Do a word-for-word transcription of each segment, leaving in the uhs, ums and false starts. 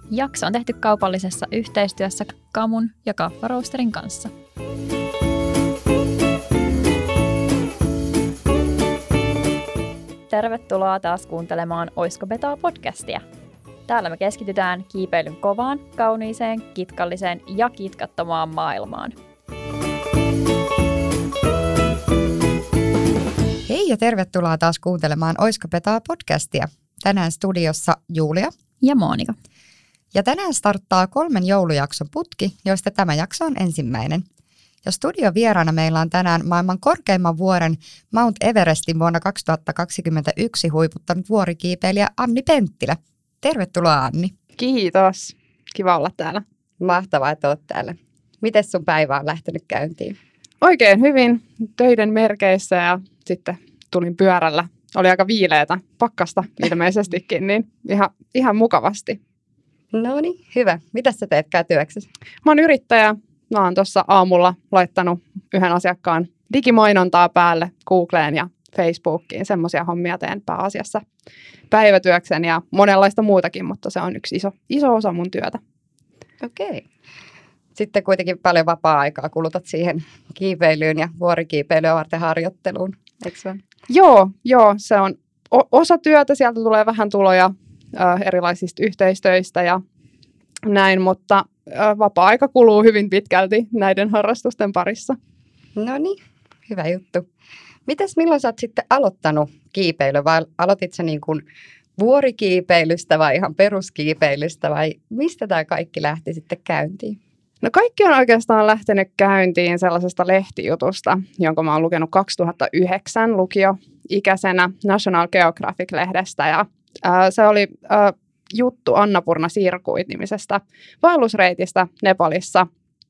Jakso on tehty kaupallisessa yhteistyössä Kamun ja Kaffa Roasterin kanssa. Tervetuloa taas kuuntelemaan Oisko Betaa podcastia. Täällä me keskitytään kiipeilyn kovaan, kauniiseen, kitkalliseen ja kitkattomaan maailmaan. Hei ja tervetuloa taas kuuntelemaan Oisko Betaa podcastia. Tänään studiossa Julia ja Monika. Ja tänään starttaa kolmen joulujakson putki, joista tämä jakso on ensimmäinen. Ja studiovieraana meillä on tänään maailman korkeimman vuoren Mount Everestin vuonna kaksituhattakaksikymmentäyksi huiputtanut vuorikiipeilijä Anni Penttilä. Tervetuloa Anni. Kiitos. Kiva olla täällä. Mahtavaa, että olet täällä. Miten sun päivä on lähtenyt käyntiin? Oikein hyvin. Töiden merkeissä ja sitten tulin pyörällä. Oli aika viileätä pakkasta ilmeisestikin, niin ihan, ihan mukavasti. No niin, hyvä. Mitä sä teetkään työksesi? Mä oon yrittäjä. Mä oon tuossa aamulla laittanut yhden asiakkaan digimainontaa päälle Googleen ja Facebookiin. Semmoisia hommia teen pääasiassa päivätyöksen ja monenlaista muutakin, mutta se on yksi iso, iso osa mun työtä. Okei. Sitten kuitenkin paljon vapaa-aikaa kulutat siihen kiipeilyyn ja vuorikiipeilyä varten harjoitteluun, eikö se? Joo, joo, se on osa työtä. Sieltä tulee vähän tuloja äh, erilaisista yhteistöistä ja näin, mutta äh, vapaa-aika kuluu hyvin pitkälti näiden harrastusten parissa. No niin, hyvä juttu. Mites milloin sä oot sitten aloittanut kiipeily vai aloitit sä niin kuin vuorikiipeilystä vai ihan peruskiipeilystä vai mistä tämä kaikki lähti sitten käyntiin? No kaikki on oikeastaan lähtenyt käyntiin sellaisesta lehtijutusta, jonka mä oon lukenut kaksituhattayhdeksän lukioikäisenä National Geographic-lehdestä. Ja, ää, se oli ää, juttu Annapurna Circuit-nimisestä vaellusreitistä Nepalissa.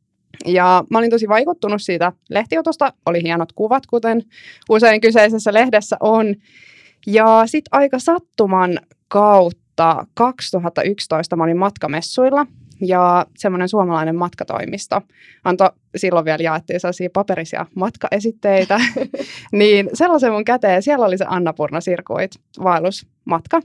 Ja mä olin tosi vaikuttunut siitä lehtijutusta. Oli hienot kuvat, kuten usein kyseisessä lehdessä on. Ja sitten aika sattuman kautta kaksituhattayksitoista mä olin matkamessuilla. Ja semmoinen suomalainen matkatoimisto antoi, silloin vielä jaettiin sellaisia paperisia matkaesitteitä, niin sellaisen mun käteen, siellä oli se Annapurna Circuit vaellusmatka.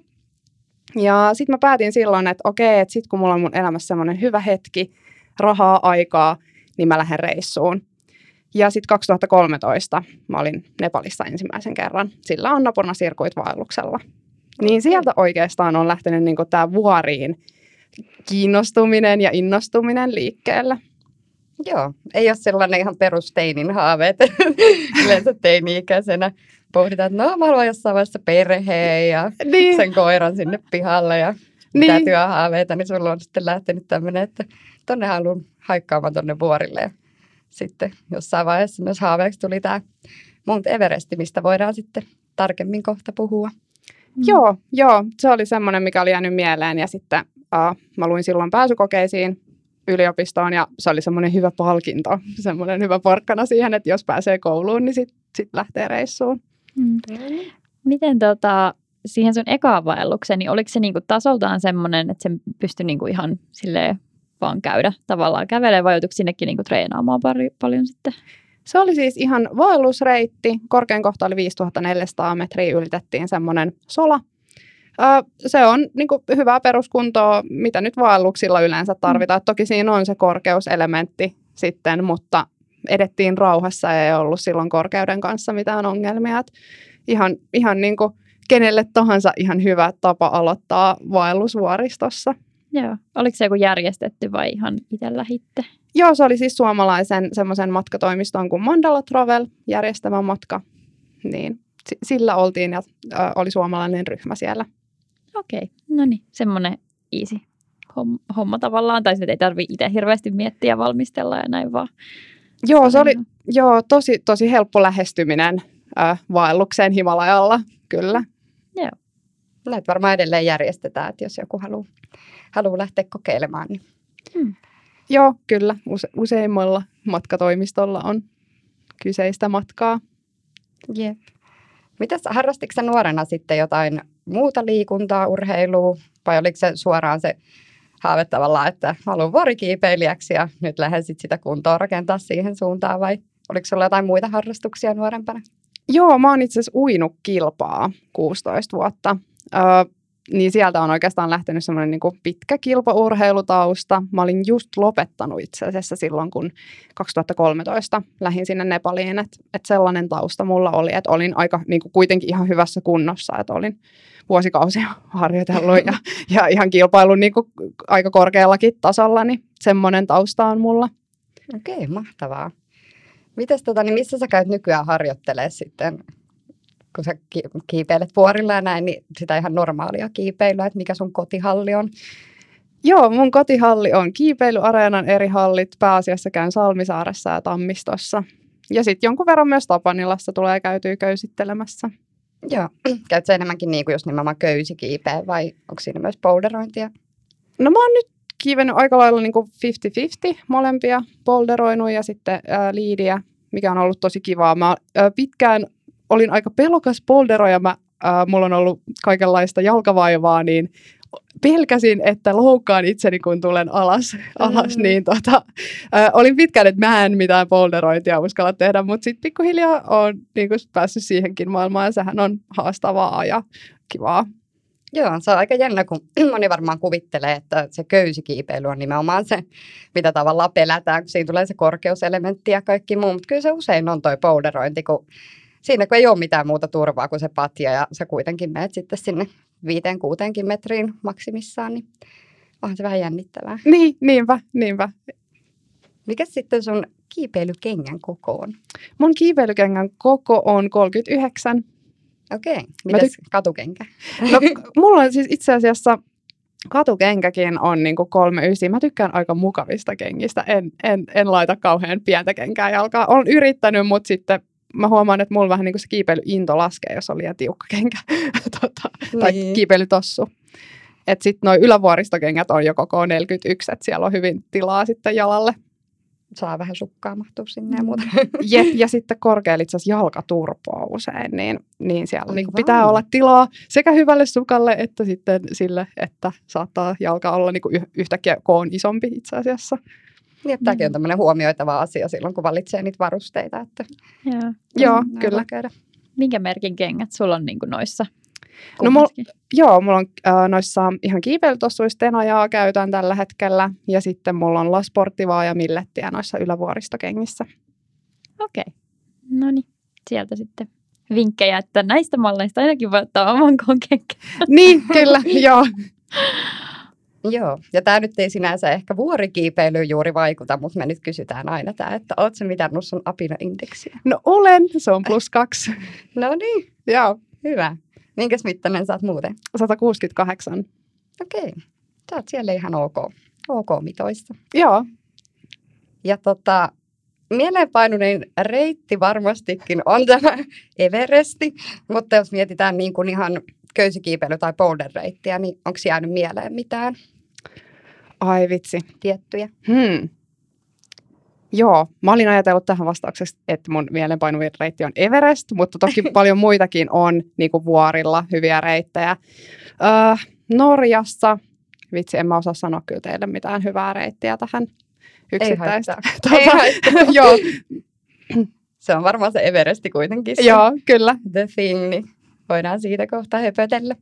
Ja sitten mä päätin silloin, että okei, että sitten kun mulla on mun elämässä semmoinen hyvä hetki, rahaa, aikaa, niin mä lähden reissuun. Ja sitten kaksituhattakolmetoista mä olin Nepalissa ensimmäisen kerran sillä Annapurna Circuit vaelluksella. Niin sieltä oikeastaan on lähtenyt niinku tää vuoriin kiinnostuminen ja innostuminen liikkeelle. Joo, ei ole sellainen ihan perusteinin haaveet. Yleensä teini-ikäisenä pohditaan, että no mä haluan jossain vaiheessa perheen ja niin. sen koiran sinne pihalle ja mitä niin. työhaaveita, niin sulla on sitten lähtenyt tämmöinen, että tonne haluan haikkaamaan tonne vuorille. Ja sitten jossain vaiheessa myös haaveeksi tuli tämä Mount Everest, mistä voidaan sitten tarkemmin kohta puhua. Mm. Joo, joo, se oli semmoinen, mikä oli jäänyt mieleen ja sitten Uh, mä luin silloin pääsykokeisiin yliopistoon ja se oli semmoinen hyvä palkinto, semmoinen hyvä porkkana siihen, että jos pääsee kouluun, niin sitten sit lähtee reissuun. Mm. Miten tota, siihen sun ekaan vaellukseen, niin oliko se niinku tasoltaan semmoinen, että sen pystyi niinku ihan silleen vaan käydä tavallaan kävelemään vai joutuiko sinnekin niinku treenaamaan pari, paljon sitten? Se oli siis ihan vaellusreitti, korkein kohta oli viisituhattaneljäsataa metriä, ylitettiin semmoinen sola. Se on niin kuin hyvää peruskuntoa, mitä nyt vaelluksilla yleensä tarvitaan. Mm. Toki siinä on se korkeuselementti sitten, mutta edettiin rauhassa ja ei ollut silloin korkeuden kanssa mitään ongelmia. Et ihan ihan niin kuin kenelle tahansa ihan hyvä tapa aloittaa vaellusvuoristossa. Joo. Oliko se joku järjestetty vai ihan itse lähitte? Joo, se oli siis suomalaisen semmoisen matkatoimiston kuin Mandala Travel järjestämä matka. Niin sillä oltiin ja äh, oli suomalainen ryhmä siellä. Okei, no niin, semmoinen easy homma, homma tavallaan, tai ei tarvitse itse hirveästi miettiä ja valmistella ja näin vaan. Joo, se oli joo, tosi, tosi helppo lähestyminen äh, vaellukseen Himalajalla, kyllä. Joo. Näitä varmaan edelleen järjestetään, että jos joku haluaa, haluaa lähteä kokeilemaan. Niin. Hmm. Joo, kyllä. Use, useimmalla matkatoimistolla on kyseistä matkaa. Jep. Mitäs, harrastitko sä nuorena sitten jotain muuta liikuntaa, urheilua, vai oliko se suoraan se haave tavallaan, että haluan vuorikiipeilijäksi ja nyt lähden sit sitä kuntoa rakentaa siihen suuntaan, vai oliko sulla jotain muita harrastuksia nuorempana? Joo, mä oon itse asiassa uinut kilpaa kuusitoista vuotta. Öö, niin sieltä on oikeastaan lähtenyt semmoinen niin kuin pitkä kilpaurheilutausta. Mä olin just lopettanut itse asiassa silloin, kun kaksituhattakolmetoista lähdin sinne Nepaliin, että et sellainen tausta mulla oli, että olin aika niin kuin kuitenkin ihan hyvässä kunnossa, että olin vuosikausia harjoitellut ja, ja ihan kilpailun niin kuin aika korkeallakin tasolla, niin semmoinen tausta on mulla. Okei, mahtavaa. Mites tota, niin missä sä käyt nykyään harjoittelee sitten, kun sä kiipeilet vuorilla ja näin, niin sitä ihan normaalia kiipeilyä, että mikä sun kotihalli on? Joo, mun kotihalli on Kiipeilyareenan eri hallit. Pääasiassa käyn Salmisaaressa ja Tammistossa. Ja sitten jonkun verran myös Tapanilassa tulee käytyä köysittelemässä. Joo. Käyt sä enemmänkin niin kuin just nimenomaan köysikiipeä vai onko siinä myös boulderointia? No mä oon nyt kiivennyt aika lailla niin kuin viisikymmentä viisikymmentä molempia, boulderoinut ja sitten ää, liidiä, mikä on ollut tosi kivaa. Mä ää, pitkään olin aika pelokas boulderoja. Mä, ää, mulla on ollut kaikenlaista jalkavaivaa, niin pelkäsin, että loukkaan itseni, kun tulen alas, alas mm. niin tota, äh, olin pitkään, että mä en mitään boulderointia uskalla tehdä, mutta sitten pikkuhiljaa olen niin kun päässyt siihenkin maailmaan, ja sehän on haastavaa ja kivaa. Joo, se on aika jännä, kun moni varmaan kuvittelee, että se köysikiipeily on nimenomaan se, mitä tavallaan pelätään, kun siinä tulee se korkeuselementti ja kaikki muu, mutta kyllä se usein on toi boulderointi, kun siinä kun ei ole mitään muuta turvaa kuin se patja ja sä kuitenkin menet sitten sinne viiteen kuuteenkin metriin maksimissaan, niin onhan se vähän jännittävää. Niin, niinpä, niinpä. Mikä sitten sun kiipeilykengän koko on? Mun kiipeilykengän koko on kolmekymmentäyhdeksän. Okei, mitäs tyk- katukenkä? No, mulla on siis itse asiassa katukenkäkin on niin kuin kolmekymmentäyhdeksän. Mä tykkään aika mukavista kengistä. En, en, en laita kauhean pientä kenkää jalkaa. Olen yrittänyt, mutta sitten mä huomaan, että mulla vähän niin kuin se kiipeilyinto laskee, jos on liian tiukka kenkä tota, tai niin. kiipeilytossu. Että sitten nuo ylävuoristokengät on jo koko neljäkymmentäyksi, että siellä on hyvin tilaa sitten jalalle. Saa vähän sukkaa mahtua sinne ja muuta. Jep, ja sitten korkealla itse asiassa jalkaturpoa usein, niin, niin siellä niin pitää Vai. olla tilaa sekä hyvälle sukalle että sitten sille, että saattaa jalka olla niin kuin yhtäkkiä koon isompi itse asiassa. Niin, että tämäkin on tämmöinen huomioitava asia silloin, kun valitsee niitä varusteita. Että Joo, Joo kyllä. Minkä merkin kengät sulla on niin kuin noissa? No mul, joo, mulla on äh, noissa ihan kiipeilytossuissa Tenajaa käytän tällä hetkellä. Ja sitten mulla on Lasportivaa ja Millettiä noissa ylävuoristokengissä. Okei. Okay. No niin, sieltä sitten vinkkejä, että näistä malleista ainakin voi ottaa oman koon kenkään. Niin, kyllä, joo. Joo, ja tämä nyt ei sinänsä ehkä vuorikiipeilyyn juuri vaikuta, mutta me nyt kysytään aina tämä, että ootko sä mitannut sun apina-indeksiä? No olen, se on plus kaksi. No niin, joo. Hyvä. Minkäs mittainen sä oot muuten? sata kuusikymmentäkahdeksan. Okei, sä oot siellä ihan ok, ok mitoissa. Joo. Ja tota, mieleenpainunein reitti varmastikin on tämä Everesti, mutta jos mietitään niin kuin ihan köysikiipeily- tai boulder-reittiä, niin onko jäänyt mieleen mitään? Ai vitsi. Tiettyjä? Hmm. Joo, mä olin ajatellut tähän vastaukseksi, että mun mieleenpainuvin reitti on Everest, mutta toki paljon muitakin on niin kuin vuorilla hyviä reittejä. Öö, Norjassa, vitsi en mä osaa sanoa kyllä teille mitään hyvää reittiä tähän yksittäistä. Ei haittaa. tuota, joo. Se on varmaan se Everesti kuitenkin. Se joo, kyllä. The thing, niin voidaan siitä kohta höpötellä.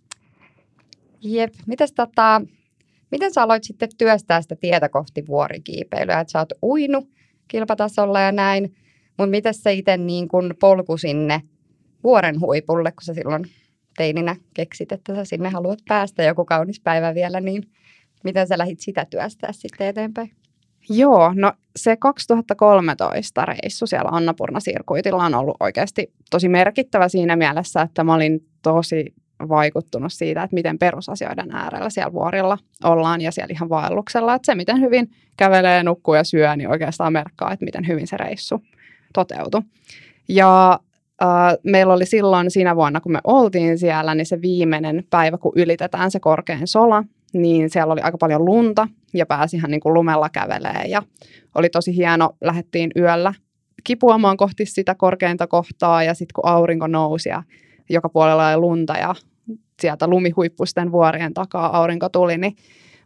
Jep, mitäs tota... Miten sä aloit sitten työstää sitä tietä kohti vuorikiipeilyä, että sä oot uinut kilpatasolla ja näin, mutta miten sä itse niin kun polku sinne vuoren huipulle, kun sä silloin teininä keksit, että sä sinne haluat päästä joku kaunis päivä vielä, niin miten sä lähdit sitä työstää sitten eteenpäin? Joo, no se kaksituhattakolmetoista reissu siellä Annapurna-sirkuitilla on ollut oikeasti tosi merkittävä siinä mielessä, että mä olin tosi vaikuttunut siitä, että miten perusasioiden äärellä siellä vuorilla ollaan ja siellä ihan vaelluksella. Että se, miten hyvin kävelee, nukkuu ja syö, niin oikeastaan merkkaa, että miten hyvin se reissu toteutui. Ja äh, meillä oli silloin siinä vuonna, kun me oltiin siellä, niin se viimeinen päivä, kun ylitetään se korkein sola, niin siellä oli aika paljon lunta ja pääsi ihan niin kuin lumella kävelee. Ja oli tosi hieno, lähdettiin yöllä kipuamaan kohti sitä korkeinta kohtaa ja sitten kun aurinko nousi ja joka puolella oli lunta ja sieltä lumihuippusten vuorien takaa aurinko tuli, niin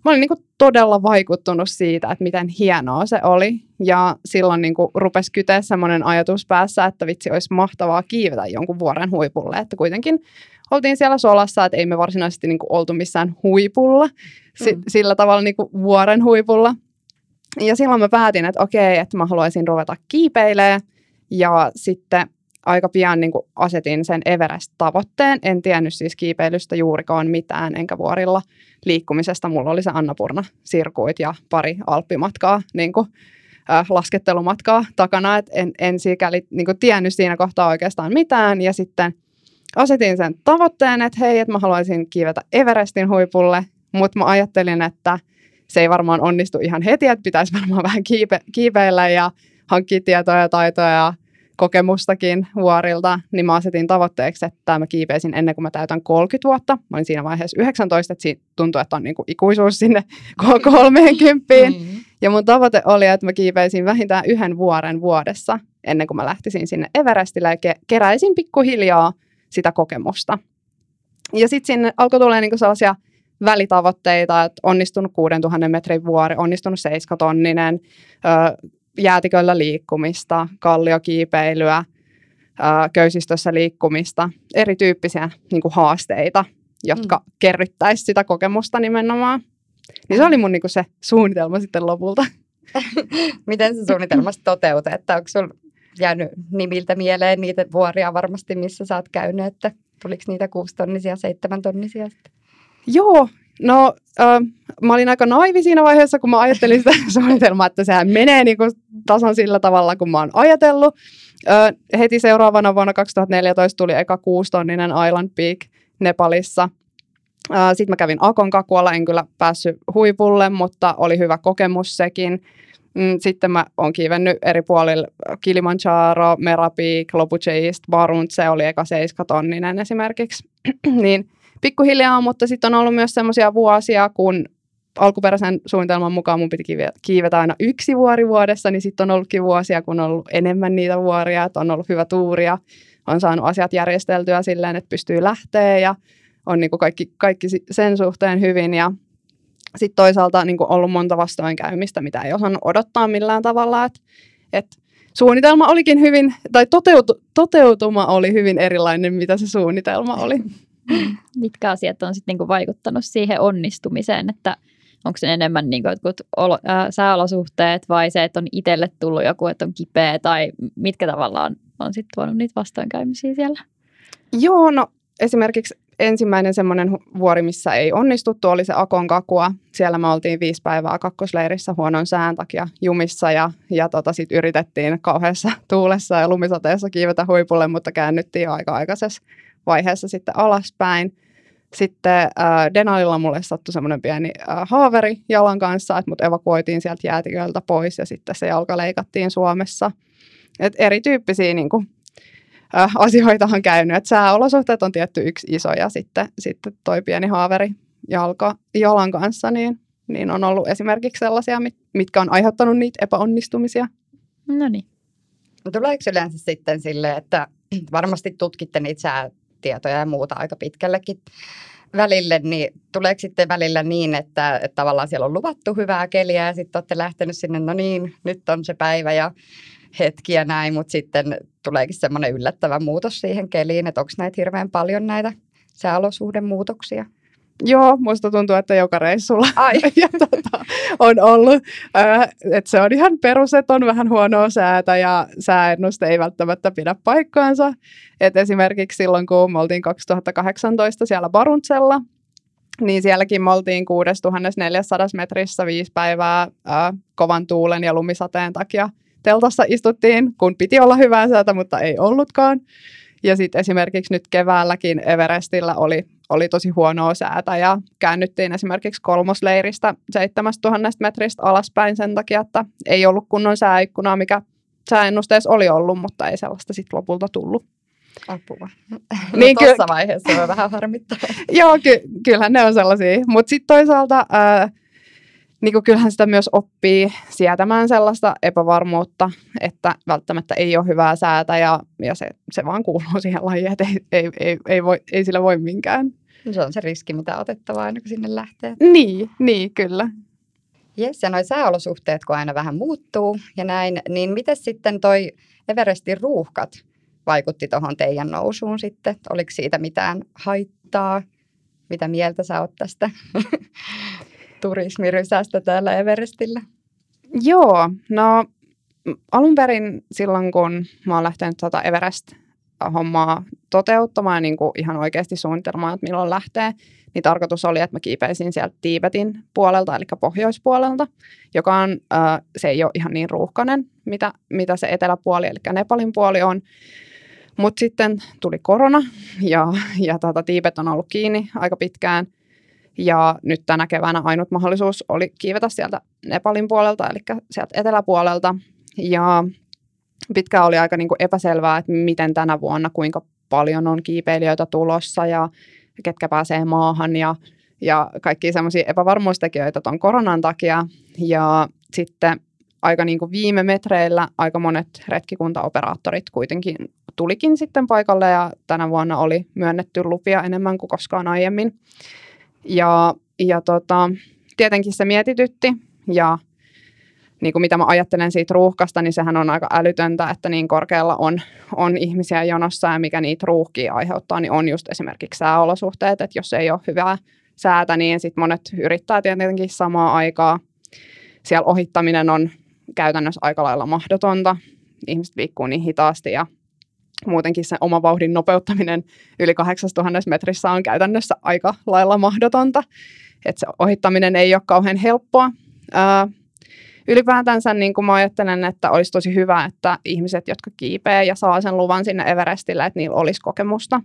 mä olin niin kuin todella vaikuttunut siitä, että miten hienoa se oli. Ja silloin niin kuin rupesi kyteä semmoinen ajatus päässä, että vitsi, olisi mahtavaa kiivetä jonkun vuoren huipulle. Että kuitenkin oltiin siellä solassa, että ei me varsinaisesti niin kuin oltu missään huipulla, mm. sillä tavalla niin kuin vuoren huipulla. Ja silloin mä päätin, että okei, että mä haluaisin ruveta kiipeilemään. Ja sitten aika pian niin kuin asetin sen Everest-tavoitteen. En tiennyt siis kiipeilystä juurikaan mitään, enkä vuorilla liikkumisesta. Mulla oli se Annapurna-sirkuit ja pari alppimatkaa, niin kuin, äh, laskettelumatkaa takana. Et en, en sikäli niin kuin tiennyt siinä kohtaa oikeastaan mitään. Ja sitten asetin sen tavoitteen, että hei, että mä haluaisin kiivetä Everestin huipulle. Mutta mä ajattelin, että se ei varmaan onnistu ihan heti, että pitäisi varmaan vähän kiipe- kiipeillä ja hankkia tietoja ja taitoja ja kokemustakin vuorilta, niin mä asetin tavoitteeksi, että mä kiipeisin ennen kuin mä täytän kolmekymmentä vuotta. Mä olin siinä vaiheessa yhdeksäntoista, että siitä tuntui, että on niin kuin ikuisuus sinne kolmeenkymmeneen. Mm. Ja mun tavoite oli, että mä kiipeisin vähintään yhden vuoren vuodessa ennen kuin mä lähtisin sinne Everestille ja ke- keräisin pikkuhiljaa sitä kokemusta. Ja sitten sinne alkoi tulla niin kuin sellaisia välitavoitteita, että onnistunut kuudentuhannen metrin vuori, onnistunut seiskatonninen, öö, jäätiköllä liikkumista, kalliokiipeilyä, ää, köysistössä liikkumista, erityyppisiä niin kuin haasteita, jotka mm. kerryttäisi sitä kokemusta nimenomaan. Niin se oli mun niin kuin se suunnitelma sitten lopulta. Miten se suunnitelma toteutuu? Että onko sinulla jäänyt nimiltä mieleen niitä vuoria varmasti, missä sä oot käynyt, että tuliko niitä kuusitonnisia, seitsemäntonnisia sitten? Joo. No, äh, mä olin aika naivi siinä vaiheessa, kun mä ajattelin sitä suunnitelmaa, että sehän menee niin kuin tasan sillä tavalla, kun mä oon ajatellut. Äh, heti seuraavana vuonna kaksituhattaneljätoista tuli eka kuusitonninen Island Peak Nepalissa. Äh, Sitten mä kävin Akonkakualla, en kyllä päässyt huipulle, mutta oli hyvä kokemus sekin. Mm, sitten mä oon kiivennyt eri puolilla Kilimanjaro, Mera Peak, Lopuche East, Barun, se oli eka seiskatonninen esimerkiksi. niin pikkuhiljaa, mutta sitten on ollut myös semmoisia vuosia, kun alkuperäisen suunnitelman mukaan mun piti kiivetä aina yksi vuori vuodessa, niin sitten on ollutkin vuosia, kun on ollut enemmän niitä vuoria, että on ollut hyvä tuuri ja on saanut asiat järjesteltyä silleen, että pystyy lähteä ja on niin kuin kaikki, kaikki sen suhteen hyvin. Ja sitten toisaalta niin kuin ollut monta vastoinkäymistä, mitä ei osannut odottaa millään tavalla, että, että suunnitelma olikin hyvin, tai toteutu, toteutuma oli hyvin erilainen, mitä se suunnitelma oli. Mitkä asiat on sitten niinku vaikuttanut siihen onnistumiseen, että onko se enemmän niinku jotkut olo, ää, sääolosuhteet vai se, että on itselle tullut joku, että on kipeä tai mitkä tavallaan on sitten tuonut niitä vastoinkäymisiä siellä? Joo, no esimerkiksi ensimmäinen semmoinen vuori, missä ei onnistuttu, oli se Aconcagua. Siellä me oltiin viisi päivää kakkosleirissä huonon sään takia jumissa ja, ja tota, sitten yritettiin kauheassa tuulessa ja lumisateessa kiivetä huipulle, mutta käännyttiin jo aika aikaisessa vaiheessa sitten alaspäin. Sitten äh, Denalilla mulle sattui semmoinen pieni äh, haaveri jalan kanssa, että mut evakuoitiin sieltä jäätiköltä pois ja sitten se jalka leikattiin Suomessa. Et erityyppisiä niin kuin, äh, asioita on käynyt. Et sääolosuhteet on tietty yksi iso ja sitten, sitten toi pieni haaveri jalka, jalan kanssa niin, niin on ollut esimerkiksi sellaisia, mitkä on aiheuttanut niitä epäonnistumisia. No niin. Tuleeko yleensä sitten silleen, että varmasti tutkitte niitä säätietoja ja muuta aika pitkällekin välille, niin tuleeko sitten välillä niin, että, että tavallaan siellä on luvattu hyvää keliä ja sitten olette lähtenyt sinne, no niin, nyt on se päivä ja hetki ja näin, mutta sitten tuleekin semmoinen yllättävä muutos siihen keliin, että onko näitä hirveän paljon näitä sääolosuhdemuutoksia? Joo, musta tuntuu, että joka reissulla ja, tota, on ollut. Äh, että se on ihan perus, että on vähän huonoa säätä ja sääennuste ei välttämättä pidä paikkaansa. Et esimerkiksi silloin, kun me oltiin kaksituhattakahdeksantoista siellä Baruntsella, niin sielläkin me oltiin kuusituhattaneljäsataa metrissä viisi päivää äh, kovan tuulen ja lumisateen takia. Teltassa istuttiin, kun piti olla hyvää säätä, mutta ei ollutkaan. Ja sitten esimerkiksi nyt keväälläkin Everestillä oli, oli tosi huonoa säätä ja käännyttiin esimerkiksi kolmosleiristä seitsemästuhannesta metristä alaspäin sen takia, että ei ollut kunnon sääikkunaa, mikä sääennusteessa oli ollut, mutta ei sellaista sitten lopulta tullut. Apua. Niin no tuossa ky- vaiheessa voi vähän harmittaa. Joo, ky- kyllähän ne on sellaisia. Mutta sitten toisaalta ää, niin kyllähän sitä myös oppii sietämään sellaista epävarmuutta, että välttämättä ei ole hyvää säätä ja, ja se, se vaan kuuluu siihen lajiin, että ei, ei, ei, ei, voi, ei sillä voi minkään. Se on se riski, mitä otettava aina, kun sinne lähtee. Niin, niin kyllä. Jes, ja noi sääolosuhteet, kun aina vähän muuttuu ja näin, niin miten sitten toi Everestin ruuhkat vaikutti tuohon teidän nousuun sitten? Oliko siitä mitään haittaa? Mitä mieltä sä oot tästä turismirysästä täällä Everestillä? Joo, no alun perin silloin, kun mä oon lähtenyt tuota Everest-hommaa toteuttamaan niin kuin ihan oikeasti suunnitelmaa, että milloin lähtee, niin tarkoitus oli, että mä kiipeisin sieltä Tiibetin puolelta, eli pohjoispuolelta, joka on, äh, se ei ole ihan niin ruuhkainen, mitä, mitä se eteläpuoli, eli Nepalin puoli on. Mutta sitten tuli korona ja, ja tuota, Tiibet on ollut kiinni aika pitkään. Ja nyt tänä keväänä ainut mahdollisuus oli kiivetä sieltä Nepalin puolelta, eli sieltä eteläpuolelta. Ja pitkään oli aika niin kuin epäselvää, että miten tänä vuonna, kuinka paljon on kiipeilijöitä tulossa ja ketkä pääsee maahan ja, ja kaikkia semmoisia epävarmuustekijöitä tuon koronan takia. Ja sitten aika niin kuin viime metreillä aika monet retkikuntaoperaattorit kuitenkin tulikin sitten paikalle ja tänä vuonna oli myönnetty lupia enemmän kuin koskaan aiemmin. Ja, ja tota, tietenkin se mietitytti ja niin kuin mitä mä ajattelen siitä ruuhkasta, niin sehän on aika älytöntä, että niin korkealla on, on ihmisiä jonossa ja mikä niitä ruuhkia aiheuttaa, niin on just esimerkiksi sääolosuhteet, että jos ei ole hyvää säätä, niin sitten monet yrittää tietenkin samaa aikaa. Siellä ohittaminen on käytännössä aika lailla mahdotonta, ihmiset liikkuu niin hitaasti ja muutenkin se oma vauhdin nopeuttaminen yli kahdeksantuhatta metrissä on käytännössä aika lailla mahdotonta, että se ohittaminen ei ole kauhean helppoa. Ää, ylipäätänsä niin kuin mä ajattelen, että olisi tosi hyvä, että ihmiset, jotka kiipee ja saa sen luvan sinne Everestille, että niillä olisi kokemusta.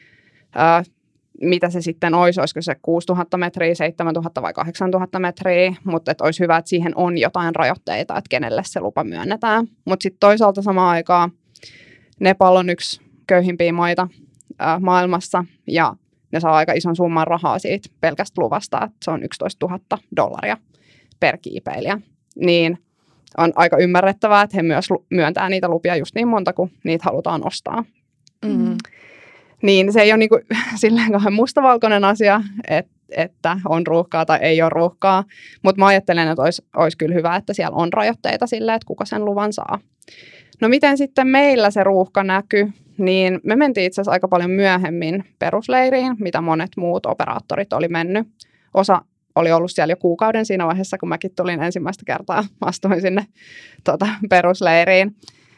Ää, mitä se sitten olisi, olisiko se kuusituhatta metriä, seitsemäntuhatta vai kahdeksantuhatta metriä, mutta että olisi hyvä, että siihen on jotain rajoitteita, että kenelle se lupa myönnetään. Mutta sitten toisaalta samaan aikaan Nepal on yksi köyhimpiä maita ää, maailmassa ja ne saa aika ison summan rahaa siitä pelkästä luvasta, että se on yksitoistatuhatta dollaria per kiipeilijä. Niin on aika ymmärrettävää, että he myös myöntää niitä lupia just niin monta kuin niitä halutaan ostaa. Mm-hmm. Niin se ei ole niin kuin, silleen kauhean mustavalkoinen asia, että, että on ruuhkaa tai ei ole ruuhkaa, mutta mä ajattelen, että olisi, olisi kyllä hyvä, että siellä on rajoitteita sille, että kuka sen luvan saa. No miten sitten meillä se ruuhka näkyy, niin me mentiin itse asiassa aika paljon myöhemmin perusleiriin, mitä monet muut operaattorit oli mennyt. Osa oli ollut siellä jo kuukauden siinä vaiheessa, kun mäkin tulin ensimmäistä kertaa, astuin sinne tuota, perusleiriin.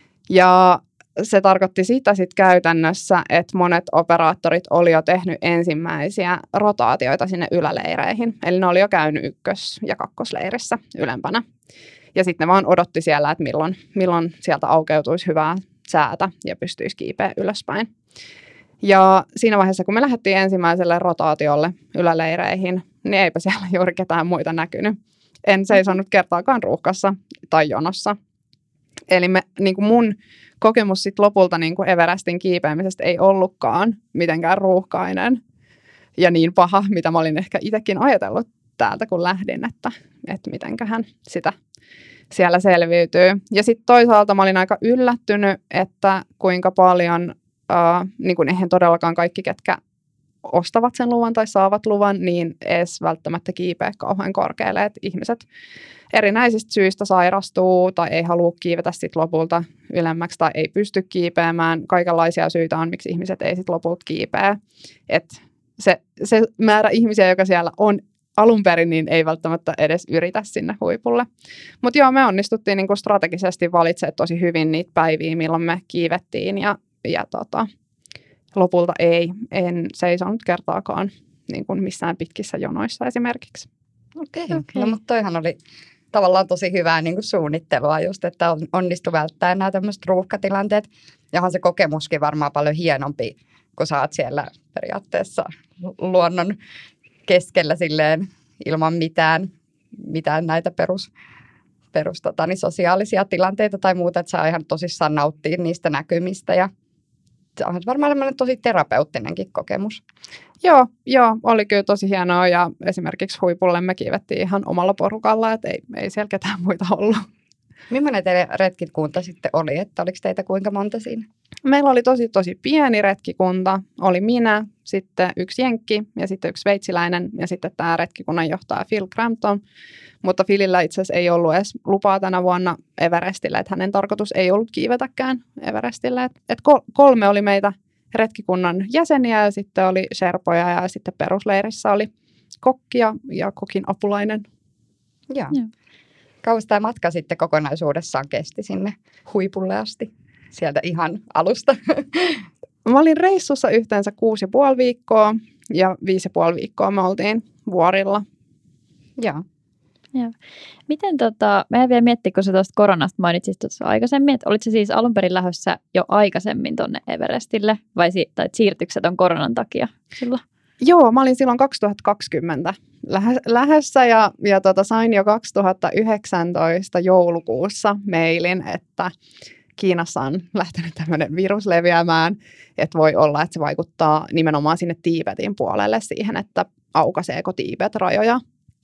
Ja se tarkoitti sitä sitten käytännössä, että monet operaattorit oli jo tehnyt ensimmäisiä rotaatioita sinne yläleireihin. Eli ne oli jo käynyt ykkös- ja kakkosleirissä ylempänä. Ja sitten ne vaan odotti siellä, että milloin, milloin sieltä aukeutuisi hyvää säätä ja pystyisi kiipeä ylöspäin. Ja siinä vaiheessa, kun me lähdettiin ensimmäiselle rotaatiolle yläleireihin, niin eipä siellä juuri ketään muita näkynyt. En seisonut kertaakaan ruuhkassa tai jonossa. Eli me, niin kuin mun kokemus sit lopulta niin kuin Everestin kiipeämisestä ei ollutkaan mitenkään ruuhkainen ja niin paha, mitä mä olin ehkä itsekin ajatellut täältä, kun lähdin, että, että mitenköhän sitä siellä selviytyy. Ja sitten toisaalta mä olin aika yllättynyt, että kuinka paljon, äh, niin kuin eihän todellakaan kaikki, ketkä ostavat sen luvan tai saavat luvan, niin edes välttämättä kiipeä kauhean korkealle, että ihmiset erinäisistä syistä sairastuu tai ei halua kiivetä sit lopulta ylemmäksi tai ei pysty kiipeämään. Kaikenlaisia syitä on, miksi ihmiset ei sit lopulta kiipeä. Et se, se määrä ihmisiä, joka siellä on alun perin, niin ei välttämättä edes yritä sinne huipulle. Mutta joo, me onnistuttiin niinku strategisesti valitsemaan tosi hyvin niitä päiviä, milloin me kiivettiin ja, ja tota, lopulta ei, en seisonut kertaakaan niin kuin missään pitkissä jonoissa esimerkiksi. Okei, okay. Okay. No mutta toihan oli tavallaan tosi hyvää niin kuin suunnittelua just, että onnistui välttämään nämä tämmöiset ruuhkatilanteet. Ja on se kokemuskin varmaan paljon hienompi, kun sä oot siellä periaatteessa luonnon keskellä silleen ilman mitään, mitään näitä perus, perus tota, niin sosiaalisia tilanteita tai muuta, että saa ihan tosissaan nauttia niistä näkymistä ja se on varmaan tosi terapeuttinenkin kokemus. Joo, joo, oli kyllä tosi hienoa ja esimerkiksi huipulle me kiivettiin ihan omalla porukalla, että ei, ei siellä ketään muita ollut. Millainen teidän retkikunta sitten oli, että oliko teitä kuinka monta siinä? Meillä oli tosi tosi pieni retkikunta. Oli minä, sitten yksi jenkki ja sitten yksi sveitsiläinen ja sitten tämä retkikunnan johtaja Phil Crampton. Mutta Philillä itse asiassa ei ollut edes lupaa tänä vuonna Everestille, että hänen tarkoitus ei ollut kiivetäkään Everestille. Et, et kolme oli meitä retkikunnan jäseniä ja sitten oli sherpoja ja sitten perusleirissä oli kokki ja, ja kokin apulainen. Joo. Joo. Kauas tämä matka sitten kokonaisuudessaan kesti sinne huipulle asti, sieltä ihan alusta? Mä olin reissussa yhteensä kuusi ja puoli viikkoa ja viisi ja puoli viikkoa me oltiin vuorilla. Joo. Joo. Miten tota, mä en vielä miettiä, kun sä tuosta koronasta mainitsit tuossa aikaisemmin, että olitko siis alun perin lähdössä jo aikaisemmin tuonne Everestille vai si- tai siirtyykö sä ton koronan takia silloin? Joo, mä olin silloin kaksituhattakaksikymmentä lähe, lähdössä ja, ja tota, sain jo kaksituhattayhdeksäntoista joulukuussa mailin, että Kiinassa on lähtenyt tämmöinen virus leviämään, että voi olla, että se vaikuttaa nimenomaan sinne Tiibetin puolelle siihen, että aukaiseeko Tiibet rajoja.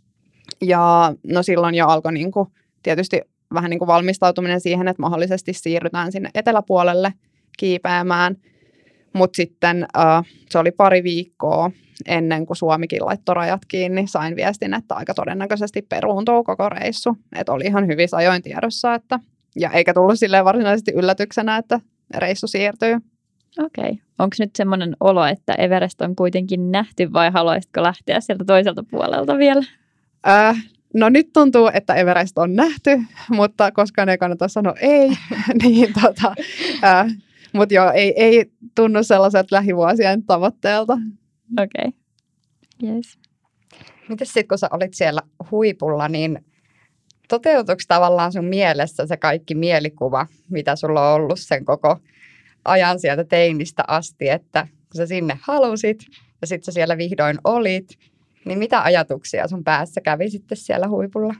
Ja no silloin jo alkoi niin kuin, tietysti vähän niin kuin valmistautuminen siihen, että mahdollisesti siirrytään sinne eteläpuolelle kiipeämään. Mutta sitten äh, se oli pari viikkoa ennen kuin Suomikin laittoi rajat kiinni. Sain viestin, että aika todennäköisesti peruuntuu koko reissu. Että oli ihan hyvissä ajoin tiedossa. Että, ja eikä tullut silleen varsinaisesti yllätyksenä, että reissu siirtyy. Okei. Okay. Onko nyt semmoinen olo, että Everest on kuitenkin nähty vai haluaisitko lähteä sieltä toiselta puolelta vielä? Äh, no nyt tuntuu, että Everest on nähty, mutta koskaan ei kannata sanoa ei. niin, tota, äh, mutta joo, ei, ei tunnu sellaiselta lähivuosien tavoitteelta. Okei. Okay. Yes. Mites sitten, kun sä olit siellä huipulla, niin toteutuiko tavallaan sun mielessä se kaikki mielikuva, mitä sulla on ollut sen koko ajan sieltä teinistä asti, että kun sä sinne halusit ja sitten sä siellä vihdoin olit, niin mitä ajatuksia sun päässä kävi sitten siellä huipulla?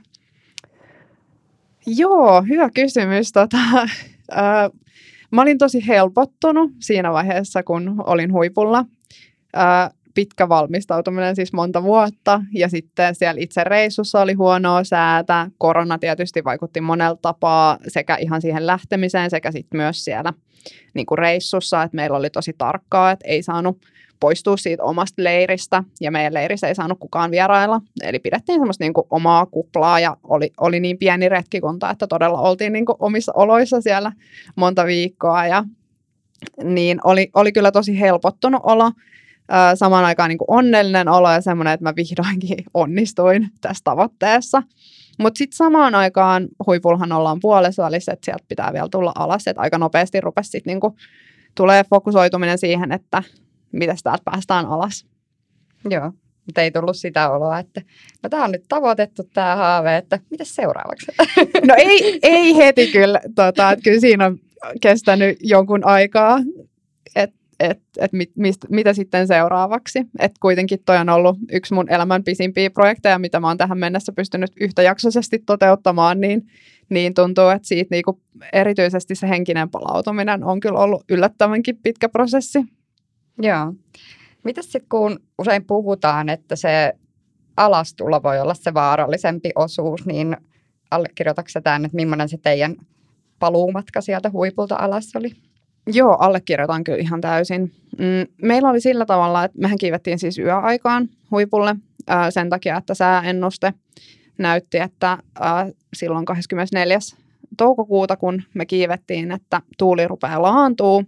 Joo, hyvä kysymys. Tota, äh, mä olin tosi helpottunut siinä vaiheessa, kun olin huipulla. Äh, pitkä valmistautuminen, siis monta vuotta. Ja sitten siellä itse reissussa oli huonoa säätä. Korona tietysti vaikutti monella tapaa sekä ihan siihen lähtemiseen sekä sitten myös siellä niin kuin reissussa. Että meillä oli tosi tarkkaa, että ei saanut poistua siitä omasta leiristä, ja meidän leirissä ei saanut kukaan vierailla. Eli pidettiin semmoista niin kuin omaa kuplaa, ja oli, oli niin pieni retkikunta, että todella oltiin niin kuin omissa oloissa siellä monta viikkoa, ja niin oli, oli kyllä tosi helpottunut olo. Samaan aikaan niin kuin onnellinen olo, ja semmoinen, että mä vihdoinkin onnistuin tässä tavoitteessa. Mutta sitten samaan aikaan huipullahan ollaan puolessa välissä, että sieltä pitää vielä tulla alas, että aika nopeasti rupesi sitten niin kuin tulee fokusoituminen siihen, että miten täältä päästään alas. Joo, mutta ei tullut sitä oloa, että no tämä on nyt tavoitettu tämä haave, että mitäs seuraavaksi? No ei, ei heti kyllä, tota, että kyllä siinä on kestänyt jonkun aikaa, että et, et mit, mist, mitä sitten seuraavaksi. Että kuitenkin toi on ollut yksi mun elämän pisimpiä projekteja, mitä mä oon tähän mennessä pystynyt yhtäjaksoisesti toteuttamaan, niin, niin tuntuu, että siitä niinku erityisesti se henkinen palautuminen on kyllä ollut yllättävänkin pitkä prosessi. Joo. Mitäs sitten kun usein puhutaan, että se alastulo voi olla se vaarallisempi osuus, niin allekirjoitatko sä tämän, että millainen se teidän paluumatka sieltä huipulta alas oli? Joo, allekirjoitan kyllä ihan täysin. Meillä oli sillä tavalla, että mehän kiivettiin siis yöaikaan huipulle sen takia, että sääennuste näytti, että silloin kahdeskymmenesneljäs toukokuuta, kun me kiivettiin, että tuuli rupeaa laantuu.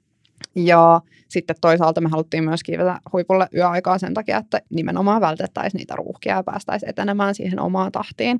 Ja sitten toisaalta me haluttiin myös kiivetä huipulle yöaikaa sen takia, että nimenomaan vältettäisiin niitä ruuhkia ja päästäisiin etenemään siihen omaan tahtiin.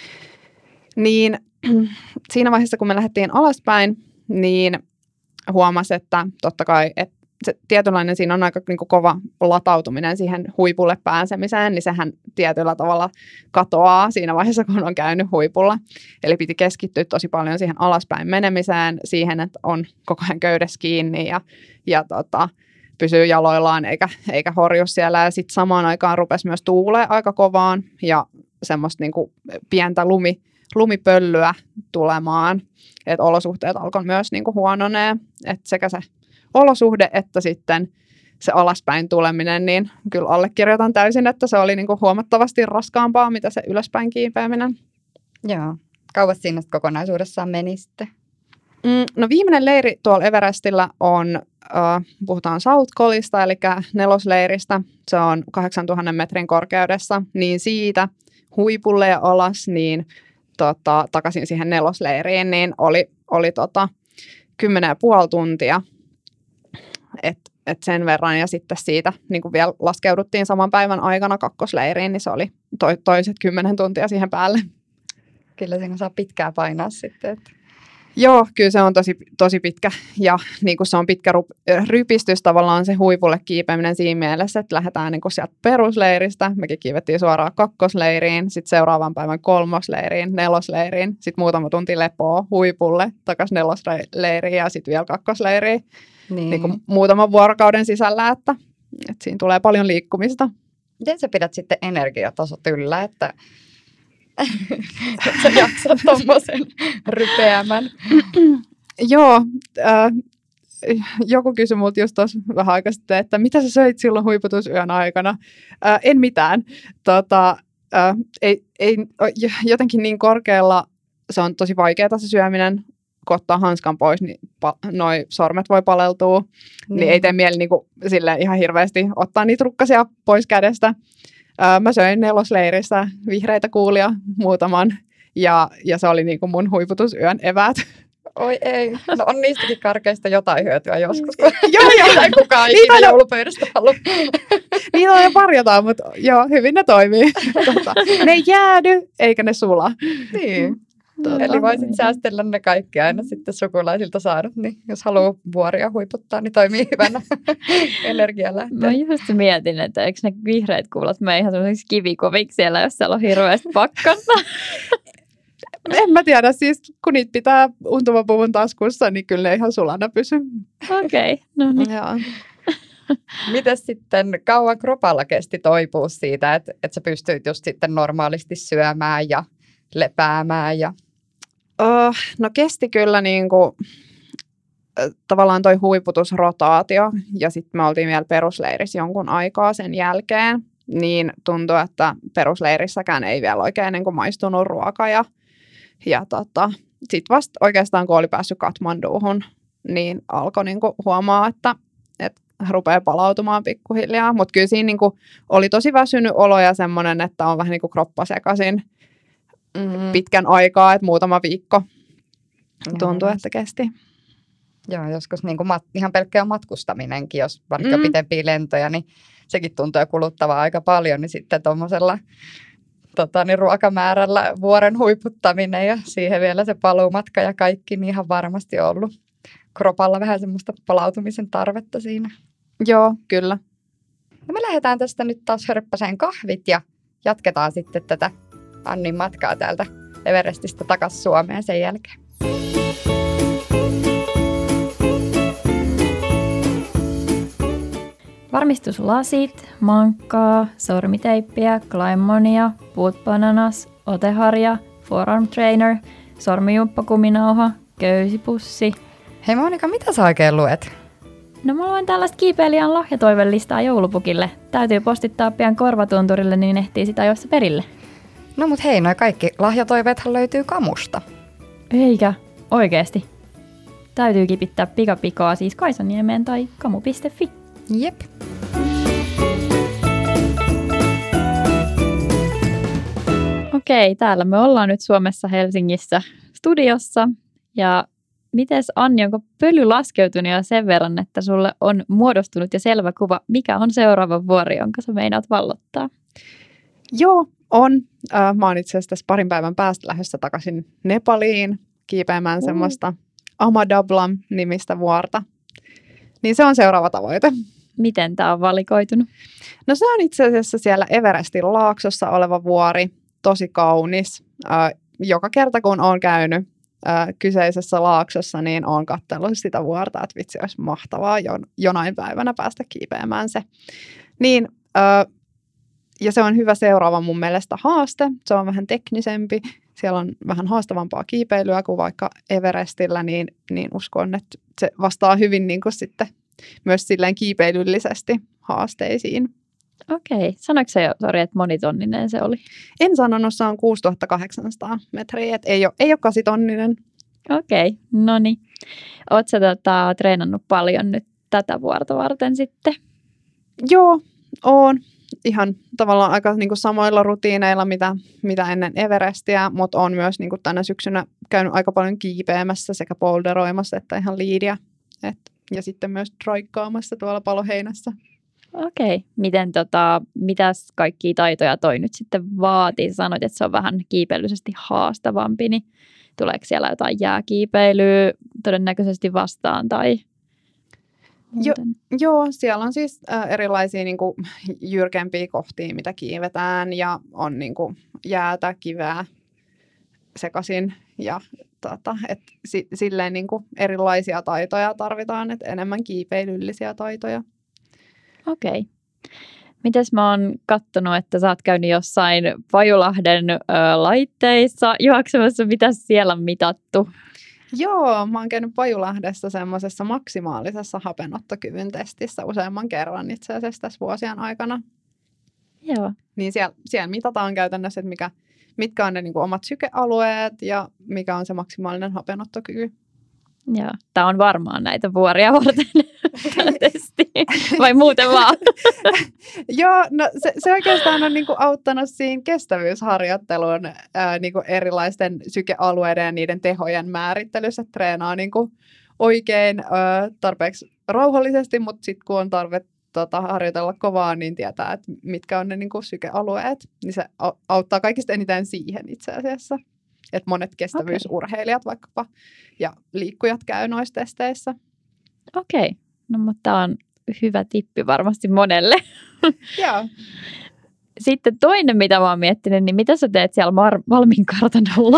Niin siinä vaiheessa, kun me lähdettiin alaspäin, niin huomasi, että totta kai, että se tietynlainen siinä on aika niin kuin kova latautuminen siihen huipulle pääsemiseen, niin sehän tietyllä tavalla katoaa siinä vaiheessa, kun on käynyt huipulla. Eli piti keskittyä tosi paljon siihen alaspäin menemiseen, siihen, että on koko ajan köydessä kiinni ja, ja tota, pysyy jaloillaan eikä, eikä horju siellä. Ja sitten samaan aikaan rupesi myös tuulee aika kovaan ja semmoista niin kuin pientä lumi, lumipöllyä tulemaan. Että olosuhteet alkoi myös niin kuin huononee, että sekä se olosuhde, että sitten se alaspäin tuleminen, niin kyllä allekirjoitan täysin, että se oli niin kuin huomattavasti raskaampaa, mitä se ylöspäin kiipeäminen. Joo. Kauas siinä kokonaisuudessaan meni sitten? Mm, no viimeinen leiri tuolla Everestillä on, uh, puhutaan South Colista, eli nelosleiristä. Se on kahdeksantuhatta metrin korkeudessa, niin siitä huipulle ja alas, niin tota, takaisin siihen nelosleiriin, niin oli, oli tota, kymmenen ja puoli tuntia. Et, et sen verran, ja sitten siitä niin kun vielä laskeuduttiin saman päivän aikana kakkosleiriin, niin se oli to, toiset kymmenen tuntia siihen päälle. Kyllä siinä saa pitkää painaa sitten. Että. Joo, kyllä se on tosi, tosi pitkä, ja niin kuin se on pitkä rypistys tavallaan se huipulle kiipeäminen siinä mielessä, että lähdetään niin kuin sieltä perusleiristä, mekin kiivettiin suoraan kakkosleiriin, sitten seuraavan päivän kolmosleiriin, nelosleiriin, sitten muutama tunti lepoa huipulle, takaisin nelosleiriin ja sitten vielä kakkosleiriin, niin. Niin kuin muutaman vuorokauden sisällä, että, että siinä tulee paljon liikkumista. Miten sä pidät sitten energiatasot yllä, että että sä jaksat tommosen rypeämän? Joo, äh, joku kysyi multa just tuossa vähän aikaa sitten, että mitä sä söit silloin huiputusyön aikana? Äh, en mitään. Tota, äh, ei, ei, jotenkin niin korkealla se on tosi vaikeaa se syöminen, kun ottaa hanskan pois, niin pa- noi sormet voi paleltua, niin, niin ei tee mieli niin kuin, silleen ihan hirveästi ottaa niitä rukkasia pois kädestä. Mä söin nelosleirissä vihreitä kuulia muutaman, ja, ja se oli niin kuin mun huiputusyön eväät. Oi ei, no on niistäkin karkeista jotain hyötyä joskus, kun joo, joo. Tai kukaan ikinä joulupöydästä halua. Niitä on jo parjataan, mutta joo, hyvin ne toimii. Tota, ne ei jäädy, eikä ne sula. Niin. Tota, Eli voisit säästellä ne kaikki aina sitten sukulaisilta saadut, niin jos haluaa vuoria huiputtaa, niin toimii hyvänä energialähteenä. Mä just mietin, että eikö ne vihreät kuulat mene ihan sellaisiksi kivikoviksi siellä, jos siellä on hirveästi pakkasta. En mä tiedä, siis kun niitä pitää untumapuvun taskussa, niin kyllä ne ihan sulana pysyy. Okei, okay, no niin. Joo. Mites sitten kauan kropalla kesti toipua siitä, että, että sä pystyit just sitten normaalisti syömään ja lepäämään ja... Uh, no kesti kyllä niin kuin, tavallaan toi huiputusrotaatio, ja sitten me oltiin vielä perusleirissä jonkun aikaa sen jälkeen, niin tuntui, että perusleirissäkään ei vielä oikein niin kuin maistunut ruoka, ja, ja tota, sitten vasta oikeastaan kun oli päässyt Katmanduuhun, niin alkoi niin kuin huomaa, että, että rupeaa palautumaan pikkuhiljaa, mutta kyllä siinä niin kuin oli tosi väsynyt olo ja semmoinen, että on vähän niin kuin kroppa sekaisin. Mm-hmm. Pitkän aikaa, että muutama viikko tuntuu, että kesti. Joo, joskus niin kuin mat, ihan pelkkää matkustaminenkin, jos vaikka mm. pitempiä lentoja, niin sekin tuntuu jo kuluttavaa aika paljon, niin sitten tuommoisella tota, niin ruokamäärällä vuoren huiputtaminen ja siihen vielä se paluumatka ja kaikki, niin ihan varmasti on ollut kropalla vähän semmoista palautumisen tarvetta siinä. Joo, kyllä. No me lähdetään tästä nyt taas hörppäseen kahvit ja jatketaan sitten tätä Annin matkaa täältä Everestistä takaisin Suomeen sen jälkeen. Varmistuslasit, mankkaa, sormiteippiä, Climonia, Boot Bananas, oteharja, forearm trainer, sormijumppakuminauha, köysipussi. Hei Monika, mitä sä oikein luet? No mä luen tällaista kiipeilijän lahjatoivelistaa joulupukille. Täytyy postittaa pian korvatunturille, niin ehtii sitä ajoissa perille. No mut hei, noi kaikki lahjatoiveethan löytyy Kamusta. Eikä, oikeesti. Täytyy kipittää pikapikaa siis Kaisaniemeen tai kamu piste fi. Jep. Okei, täällä me ollaan nyt Suomessa Helsingissä studiossa. Ja mites Anni, onko pöly laskeutunut jo sen verran, että sulle on muodostunut jo selvä kuva, mikä on seuraava vuori, jonka sä meinaat vallottaa? Joo, on. Äh, mä oon itse asiassa tässä parin päivän päästä lähdössä takaisin Nepaliin kiipeämään mm. semmoista Amadablam-nimistä vuorta. Niin se on seuraava tavoite. Miten tää on valikoitunut? No se on itse asiassa siellä Everestin laaksossa oleva vuori, tosi kaunis. Äh, joka kerta kun oon käynyt äh, kyseisessä laaksossa, niin oon katsellut sitä vuorta, että vitsi olisi mahtavaa jon- jonain päivänä päästä kiipeämään se. Niin... Äh, Ja se on hyvä seuraava mun mielestä haaste. Se on vähän teknisempi. Siellä on vähän haastavampaa kiipeilyä kuin vaikka Everestillä, niin, niin uskon, että se vastaa hyvin niin kuin sitten myös silleen kiipeilyllisesti haasteisiin. Okei. Sanoitko sä jo, sori, että monitonninen se oli? En sanonut, se on kuusituhattakahdeksansataa metriä, että ei ole, ei ole kasitonninen. Okei, no niin. Oletko sä tota, treenannut paljon nyt tätä vuorta varten sitten? Joo, oon. Ihan tavallaan aika niin kuin samoilla rutiineilla, mitä, mitä ennen Everestiä, mutta on myös niin kuin tänä syksynä käynyt aika paljon kiipeämässä sekä boulderoimassa että ihan liidiä. Et, ja sitten myös traikkaamassa tuolla Paloheinässä. Okei. Miten tota, mitäs kaikkia taitoja toi nyt sitten vaatii? Sanoit, että se on vähän kiipeilyllisesti haastavampi, niin tuleeko siellä jotain jääkiipeilyä todennäköisesti vastaan tai Jo, joo, siellä on siis äh, erilaisia niin kuin, jyrkempiä kohtia, mitä kiivetään ja on niin kuin, jäätä, kiveä sekaisin ja tota, et, si, silleen niin kuin, erilaisia taitoja tarvitaan, että enemmän kiipeilyllisiä taitoja. Okei. Mites mä oon kattonut, että sä oot käynyt jossain Pajulahden ö, laitteissa juoksemassa. Mitäs siellä on mitattu? Joo, mä oon käynyt Pajulahdessa semmoisessa maksimaalisessa hapenottokyvyn testissä useamman kerran itse asiassa tässä vuosien aikana. Joo. Niin siellä, siellä mitataan käytännössä, että mikä, mitkä on ne niin kuin omat sykealueet ja mikä on se maksimaalinen hapenottokyky. Joo. Tää on varmaan näitä vuoria varten tämä testi, vai muuten vaan? Joo, no se, se oikeastaan on niinku auttanut siinä kestävyysharjoittelun ää, niinku erilaisten sykealueiden ja niiden tehojen määrittelyssä, että treenaa niinku oikein ää, tarpeeksi rauhallisesti, mutta sitten kun on tarve tota, harjoitella kovaa, niin tietää, että mitkä on ne niinku sykealueet, niin se auttaa kaikista eniten siihen itse asiassa. Että monet kestävyysurheilijat vaikkapa ja liikkujat käy noissa testeissä. Okei, no mutta tämä on hyvä tippi varmasti monelle. Joo. Sitten toinen, mitä mä oon miettinyt, niin mitä sä teet siellä Mar- Malmin kartanolla?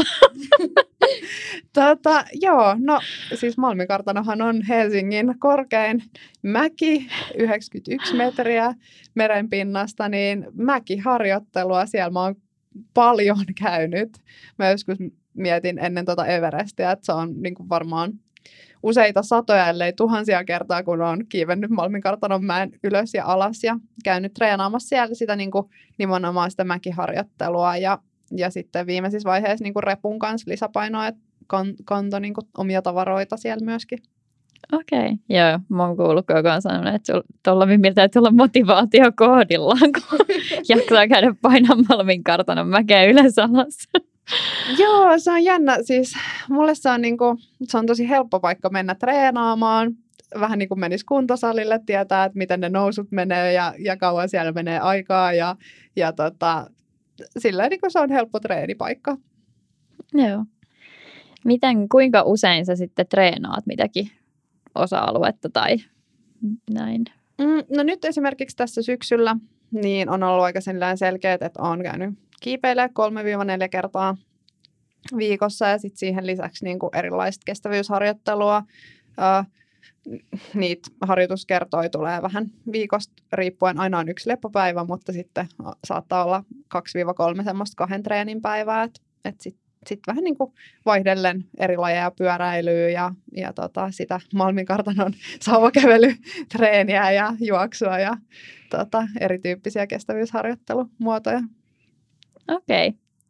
Tota, joo, no siis Malmin kartanohan on Helsingin korkein mäki, yhdeksänkymmentäyksi metriä merenpinnasta, niin mäkiharjoittelua siellä mä oon paljon käynyt. Mä joskus mietin ennen tuota Everestiä, että se on niin kuin varmaan useita satoja, ellei tuhansia kertaa, kun on kiivennyt Malmin kartanon mäen ylös ja alas ja käynyt treenaamassa siellä sitä niin kuin nimenomaan sitä mäkiharjoittelua ja, ja sitten viimeisissä vaiheissa niin kuin repun kanssa lisäpainoa, että kan, kantoi niin kuin omia tavaroita siellä myöskin. Okei, joo. Mä oon kuullut koko ajan sanonut, että tuolla Mimmillä täytyy olla motivaatio kohdillaan, kun jaksaa käydä painaa Malmin kartanon mäkeä ylös alas. Joo, se on jännä. Siis mulle se on, niinku, se on tosi helppo paikka mennä treenaamaan. Vähän niin kuin menisi kuntosalille, tietää, että miten ne nousut menee ja, ja kauan siellä menee aikaa. Ja, ja tota, silleen niin kuin se on helppo treenipaikka. Joo. Miten, kuinka usein sä sitten treenaat mitäkin osa-aluetta tai näin? Mm, no nyt esimerkiksi tässä syksyllä niin on ollut aika selkeät, että olen käynyt kiipeilemään kolme neljä kertaa viikossa ja sitten siihen lisäksi niin kuin erilaista kestävyysharjoittelua. Äh, niitä harjoituskertoja tulee vähän viikosta riippuen. Aina on yksi leppopäivä, mutta sitten saattaa olla kaksi kolme semmoista kahden treenin päivää. Että et sitten sit vähän niin kuin vaihdellen eri lajeja pyöräilyä ja, ja tota, sitä Malmin kartanon sauvakävelytreeniä ja juoksua ja tota, erityyppisiä kestävyysharjoittelumuotoja. Okei.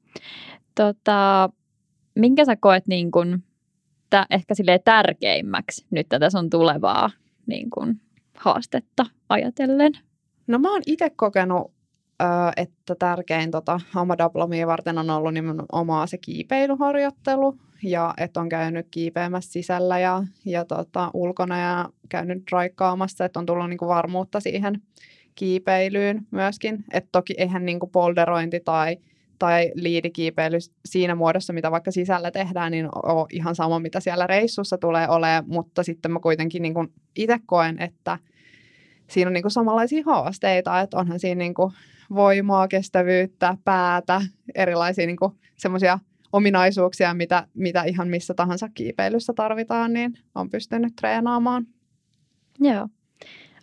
Tota, minkä sä koet niin kun, tä, ehkä silleen tärkeimmäksi nyt tätä sun tulevaa niin kun, haastetta ajatellen? No mä oon itse kokenut, että tärkein tota, homodiplomia varten on ollut nimenomaan se kiipeilyharjoittelu ja että on käynyt kiipeämässä sisällä ja, ja tota, ulkona ja käynyt raikkaamassa, että on tullut niinku varmuutta siihen kiipeilyyn myöskin. Että toki eihän niinku polderointi tai tai liidikiipeily siinä muodossa, mitä vaikka sisällä tehdään, niin on ihan sama, mitä siellä reissussa tulee olemaan, mutta sitten mä kuitenkin niin kuin itse koen, että siinä on niin kuin samanlaisia haasteita, että onhan siinä niin kuin voimaa, kestävyyttä, päätä, erilaisia niin kuin semmoisia ominaisuuksia, mitä, mitä ihan missä tahansa kiipeilyssä tarvitaan, niin on pystynyt treenaamaan. Joo.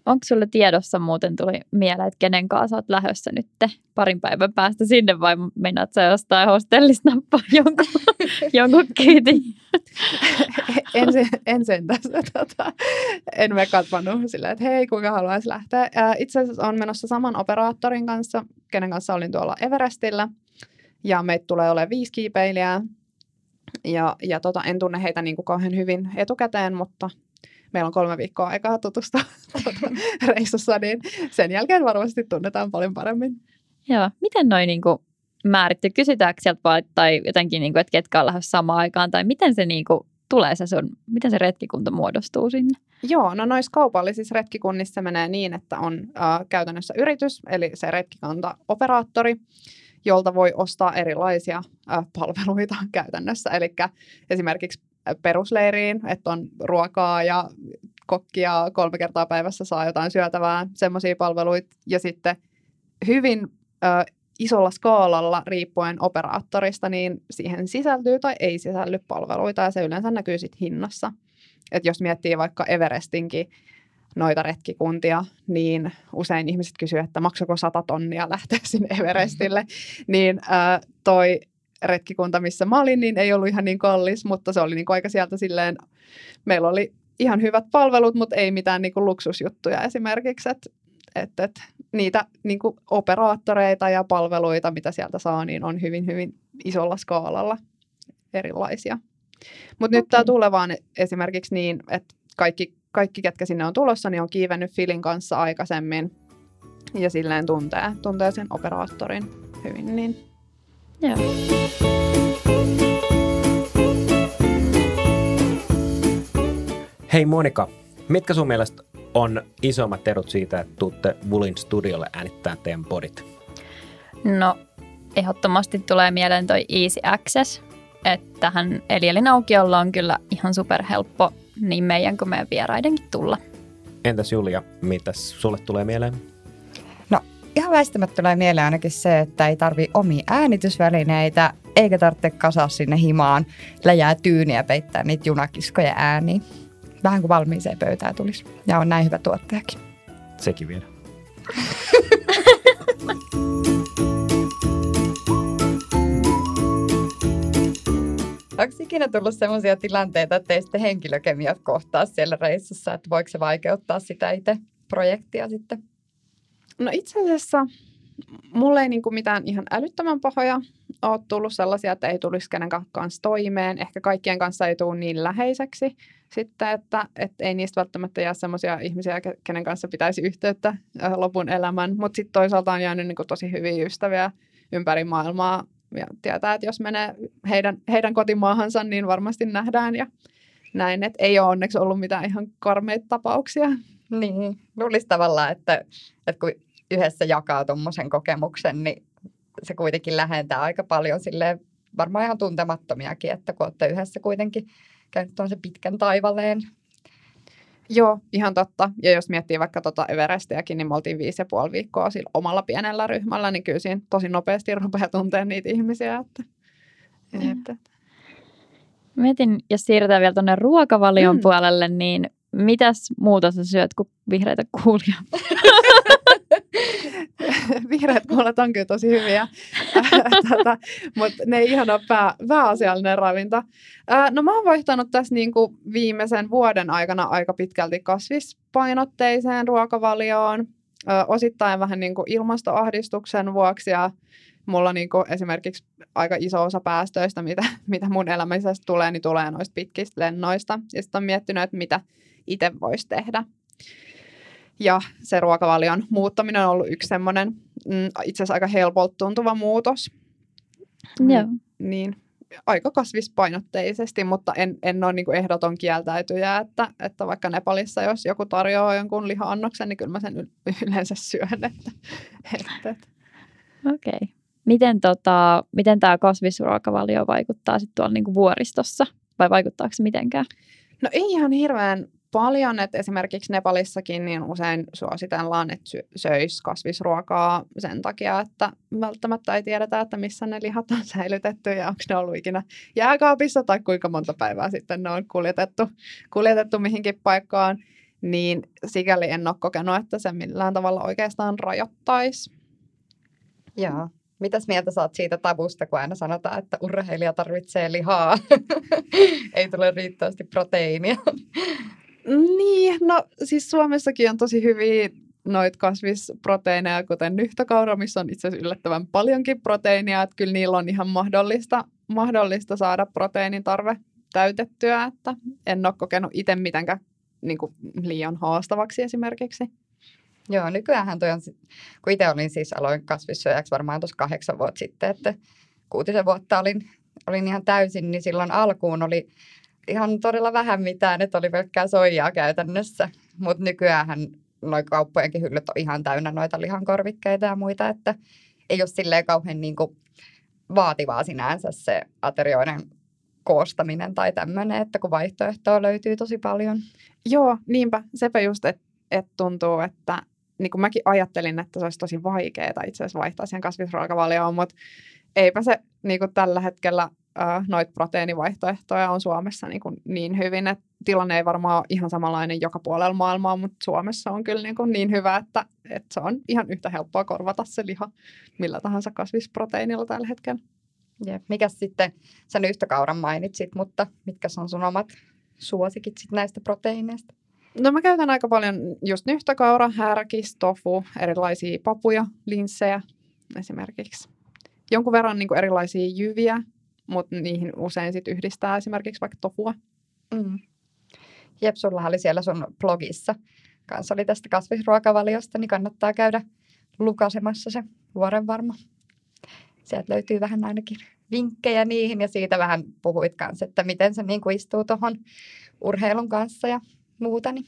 Onko sulla tiedossa muuten tuli mieleen, että kenen kanssa olet lähdössä nyt parin päivän päästä sinne vai meinaat sä jostain hostellista nappaa jonkun, jonkun kyytin? en, en sen tässä. Tota, en me katsonut silleen, että hei, kuinka haluaisi lähteä. Ää, itse asiassa olen menossa saman operaattorin kanssa, kenen kanssa olin tuolla Everestillä. Ja meitä tulee olemaan viisi kiipeilijää. Ja, ja tota, en tunne heitä niin kuin kauhean hyvin etukäteen, mutta meillä on kolme viikkoa aikaa tutustua tuota, reissussa, niin sen jälkeen varmasti tunnetaan paljon paremmin. Joo. Miten noin niinku määritty? Kysytäänkö sieltä vai, tai jotenkin, niinku, että ketkä on lähdössä samaan aikaan? Tai miten se niinku tulee se sun, miten se retkikunta muodostuu sinne? Joo, no noissa kaupallisissa retkikunnissa menee niin, että on äh, käytännössä yritys, eli se retkikunta-operaattori, jolta voi ostaa erilaisia äh, palveluita käytännössä. Eli esimerkiksi perusleiriin, että on ruokaa ja kokkia kolme kertaa päivässä saa jotain syötävää, semmoisia palveluita. Ja sitten hyvin äh, isolla skaalalla riippuen operaattorista, niin siihen sisältyy tai ei sisälly palveluita ja se yleensä näkyy sitten hinnassa. Et jos miettii vaikka Everestinkin noita retkikuntia, niin usein ihmiset kysyy, että maksako sata tonnia lähteä sinne Everestille, niin äh, toi retkikunta, missä mä olin, niin ei ollut ihan niin kallis, mutta se oli niin kuin aika sieltä silleen, meillä oli ihan hyvät palvelut, mutta ei mitään niin kuin luksusjuttuja esimerkiksi, että et, et, niitä niin kuin operaattoreita ja palveluita, mitä sieltä saa, niin on hyvin, hyvin isolla skaalalla erilaisia. Mutta okay. Nyt tämä tulee vaan esimerkiksi niin, että kaikki, kaikki, ketkä sinne on tulossa, niin on kiivennyt Filin kanssa aikaisemmin ja silleen tuntee, tuntee sen operaattorin hyvin. Niin. Joo. Hei Monika, mitkä sun mielestä on isommat erot siitä, että tuutte Vulin studiolle äänittää teidän podit? No, ehdottomasti tulee mieleen toi Easy Access, että tähän Elielin aukiolla on kyllä ihan superhelppo niin meidän kuin meidän vieraidenkin tulla. Entäs Julia, mitäs sulle tulee mieleen? No, ihan väistämättä tulee mieleen ainakin se, että ei tarvii omia äänitysvälineitä, eikä tarvitse kasaa sinne himaan läjää tyyniä peittää niitä junakiskoja ääniä. Vähän kuin valmiiseen pöytään tulisi. Ja on näin hyvä tuottajakin. Sekin vielä. Onko ikinä tullut sellaisia tilanteita, että ei sitten henkilökemiat kohtaa siellä reissussa, että voiko se vaikeuttaa sitä itse projektia sitten? No itse asiassa mulle ei niinku mitään ihan älyttömän pahoja ole tullut sellaisia, että ei tulisi kenen kanssa toimeen. Ehkä kaikkien kanssa ei tule niin läheiseksi sitten, että, että ei niistä välttämättä jää sellaisia ihmisiä, kenen kanssa pitäisi yhteyttä lopun elämän. Mutta sitten toisaalta on jäänyt niinku tosi hyviä ystäviä ympäri maailmaa ja tietää, että jos menee heidän, heidän kotimaahansa, niin varmasti nähdään ja näin. Että ei ole onneksi ollut mitään ihan karmeita tapauksia. Niin, luulisi tavallaan, että, että kun yhdessä jakaa tuommoisen kokemuksen, niin se kuitenkin lähentää aika paljon silleen, varmaan ihan tuntemattomiakin, että kun olette yhdessä kuitenkin käynyt tuon se pitkän taivaleen. Joo, ihan totta. Ja jos miettii vaikka tuota Everestiäkin, niin me oltiin viisi ja puoli viikkoa sillä omalla pienellä ryhmällä, niin kyllä siinä tosi nopeasti rupeaa tuntea niitä ihmisiä. Että, mm. että. Mietin, jos siirrytään vielä tuonne ruokavalion mm. puolelle, niin mitäs muuta sä syöt kuin vihreitä kuulia? Vihreät kuulet on kyllä tosi hyviä, tota, mutta ne ei ihan ole pää, pääasiallinen ravinto. Ää, no mä oon vaihtanut tässä niinku viimeisen vuoden aikana aika pitkälti kasvispainotteiseen ruokavalioon, ää, osittain vähän niinku ilmastoahdistuksen vuoksi ja mulla niinku esimerkiksi aika iso osa päästöistä, mitä, mitä mun elämässä tulee, niin tulee noista pitkistä lennoista. Ja sitten on miettinyt, että mitä itse voisi tehdä. Ja se ruokavalion muuttaminen on ollut yksi semmoinen mm, itse asiassa aika helpolta tuntuva muutos. Joo. Niin, aika kasvispainotteisesti, mutta en, en ole niin kuin ehdoton kieltäytyjä, että, että vaikka Nepalissa, jos joku tarjoaa jonkun liha-annoksen, niin kyllä mä sen yleensä syön. Että, että. Okei. Okay. Miten, tota, miten tämä kasvisruokavalio vaikuttaa sitten tuolla niin kuin vuoristossa? Vai vaikuttaako se mitenkään? No ei ihan hirveän paljon, että esimerkiksi Nepalissakin niin usein suositellaan, että söisi kasvisruokaa sen takia, että välttämättä ei tiedetä, että missä ne lihat on säilytetty ja onko ne ollut ikinä jääkaapissa tai kuinka monta päivää sitten ne on kuljetettu, kuljetettu mihinkin paikkaan. niin sikäli en ole kokenut, että se millään tavalla oikeastaan rajoittaisi. Joo. Mitäs mieltä sä oot siitä tabusta, kun aina sanotaan, että urheilija tarvitsee lihaa, ei tule riittävästi proteiinia? Niin, no siis Suomessakin on tosi hyviä noita kasvisproteiineja, kuten nyhtökaura, missä on itse asiassa yllättävän paljonkin proteiinia, että kyllä niillä on ihan mahdollista, mahdollista saada proteiinin tarve täytettyä, että en ole kokenut itse mitenkään niin kuin liian haastavaksi esimerkiksi. Joo, nykyäänhän toi on, kun itse olin siis, aloin kasvissyöjäksi varmaan tuossa kahdeksan vuotta sitten, että kuutisen vuotta olin, olin ihan täysin, niin silloin alkuun oli ihan todella vähän mitään, että oli pelkkää soijaa käytännössä, mutta nykyäänhän noi kauppojenkin hyllyt on ihan täynnä noita lihankorvikkeita ja muita, että ei ole silleen kauhean niin kuin vaativaa sinänsä se aterioiden koostaminen tai tämmöinen, että kun vaihtoehtoa löytyy tosi paljon. Joo, niinpä. Sepä just, että et tuntuu, että niin kuin mäkin ajattelin, että se olisi tosi vaikeaa itse asiassa vaihtaa siihen kasvisruokavalioon, mutta eipä se niin kuin tällä hetkellä äh, noita proteiinivaihtoehtoja on Suomessa niin, kuin niin hyvin, että tilanne ei varmaan ole ihan samanlainen joka puolella maailmaa, mutta Suomessa on kyllä niin, kuin niin hyvä, että, että se on ihan yhtä helppoa korvata se liha millä tahansa kasvisproteiinilla tällä hetkellä. Jep. Mikäs sitten, sä nyhtökauran mainitsit, mutta mitkä on sun omat suosikit sit näistä proteiineista? No mä käytän aika paljon just nyhtökaura, härkis, tofu, erilaisia papuja, linssejä esimerkiksi. Jonkun verran niin kuin erilaisia jyviä, mutta niihin usein sit yhdistää esimerkiksi vaikka tofua. Mm. Jep, sulla oli siellä sun blogissa kanssa oli tästä kasvisruokavaliosta, niin kannattaa käydä lukaisemassa se vuoren varma. Sieltä löytyy vähän ainakin vinkkejä niihin ja siitä vähän puhuit kanssa, että miten se niin kuin istuu tuohon urheilun kanssa ja muuta, niin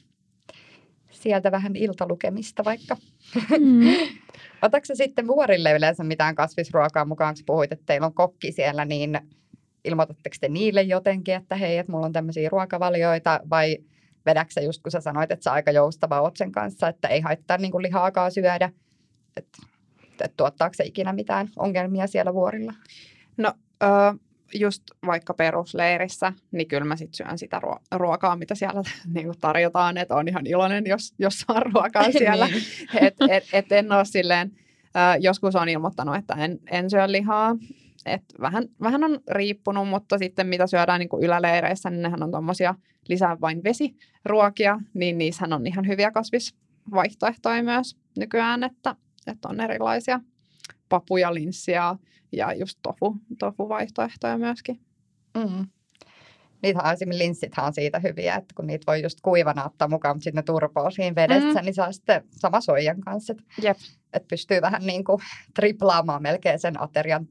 sieltä vähän iltalukemista vaikka. Mm. Otatko sä sitten vuorille yleensä mitään kasvisruokaa mukaan, kun puhuit, että teillä on kokki siellä, niin ilmoitatteko te niille jotenkin, että hei, että mulla on tämmöisiä ruokavalioita, vai vedäksä just kun sä sanoit, että sä aika joustava oot sen kanssa, että ei haittaa niin kuin lihaakaan syödä, että et tuottaako se ikinä mitään ongelmia siellä vuorilla? No, ö, just vaikka perusleirissä, niin kyllä mä sit syön sitä ruo- ruokaa, mitä siellä niin kuin tarjotaan, että on ihan iloinen, jos, jos saa ruokaa siellä. niin. et, et, et en ole silleen, ö, joskus on ilmoittanut, että en, en syö lihaa. Et vähän, vähän on riippunut, mutta sitten mitä syödään niin kuin yläleireissä, niin nehän on tommosia lisää vain vesiruokia, niin niissähän on ihan hyviä kasvisvaihtoehtoja myös nykyään, että, että on erilaisia papuja, linssiä ja just tofu, tofu-vaihtoehtoja myöskin. Mm. Niitä on esimerkiksi linssithän on siitä hyviä, että kun niitä voi just kuivana ottaa mukaan, mutta sitten ne turpoo siinä vedessä, mm. niin saa sitten sama soijan kanssa, että et pystyy vähän niin kuin triplaamaan melkein sen aterian,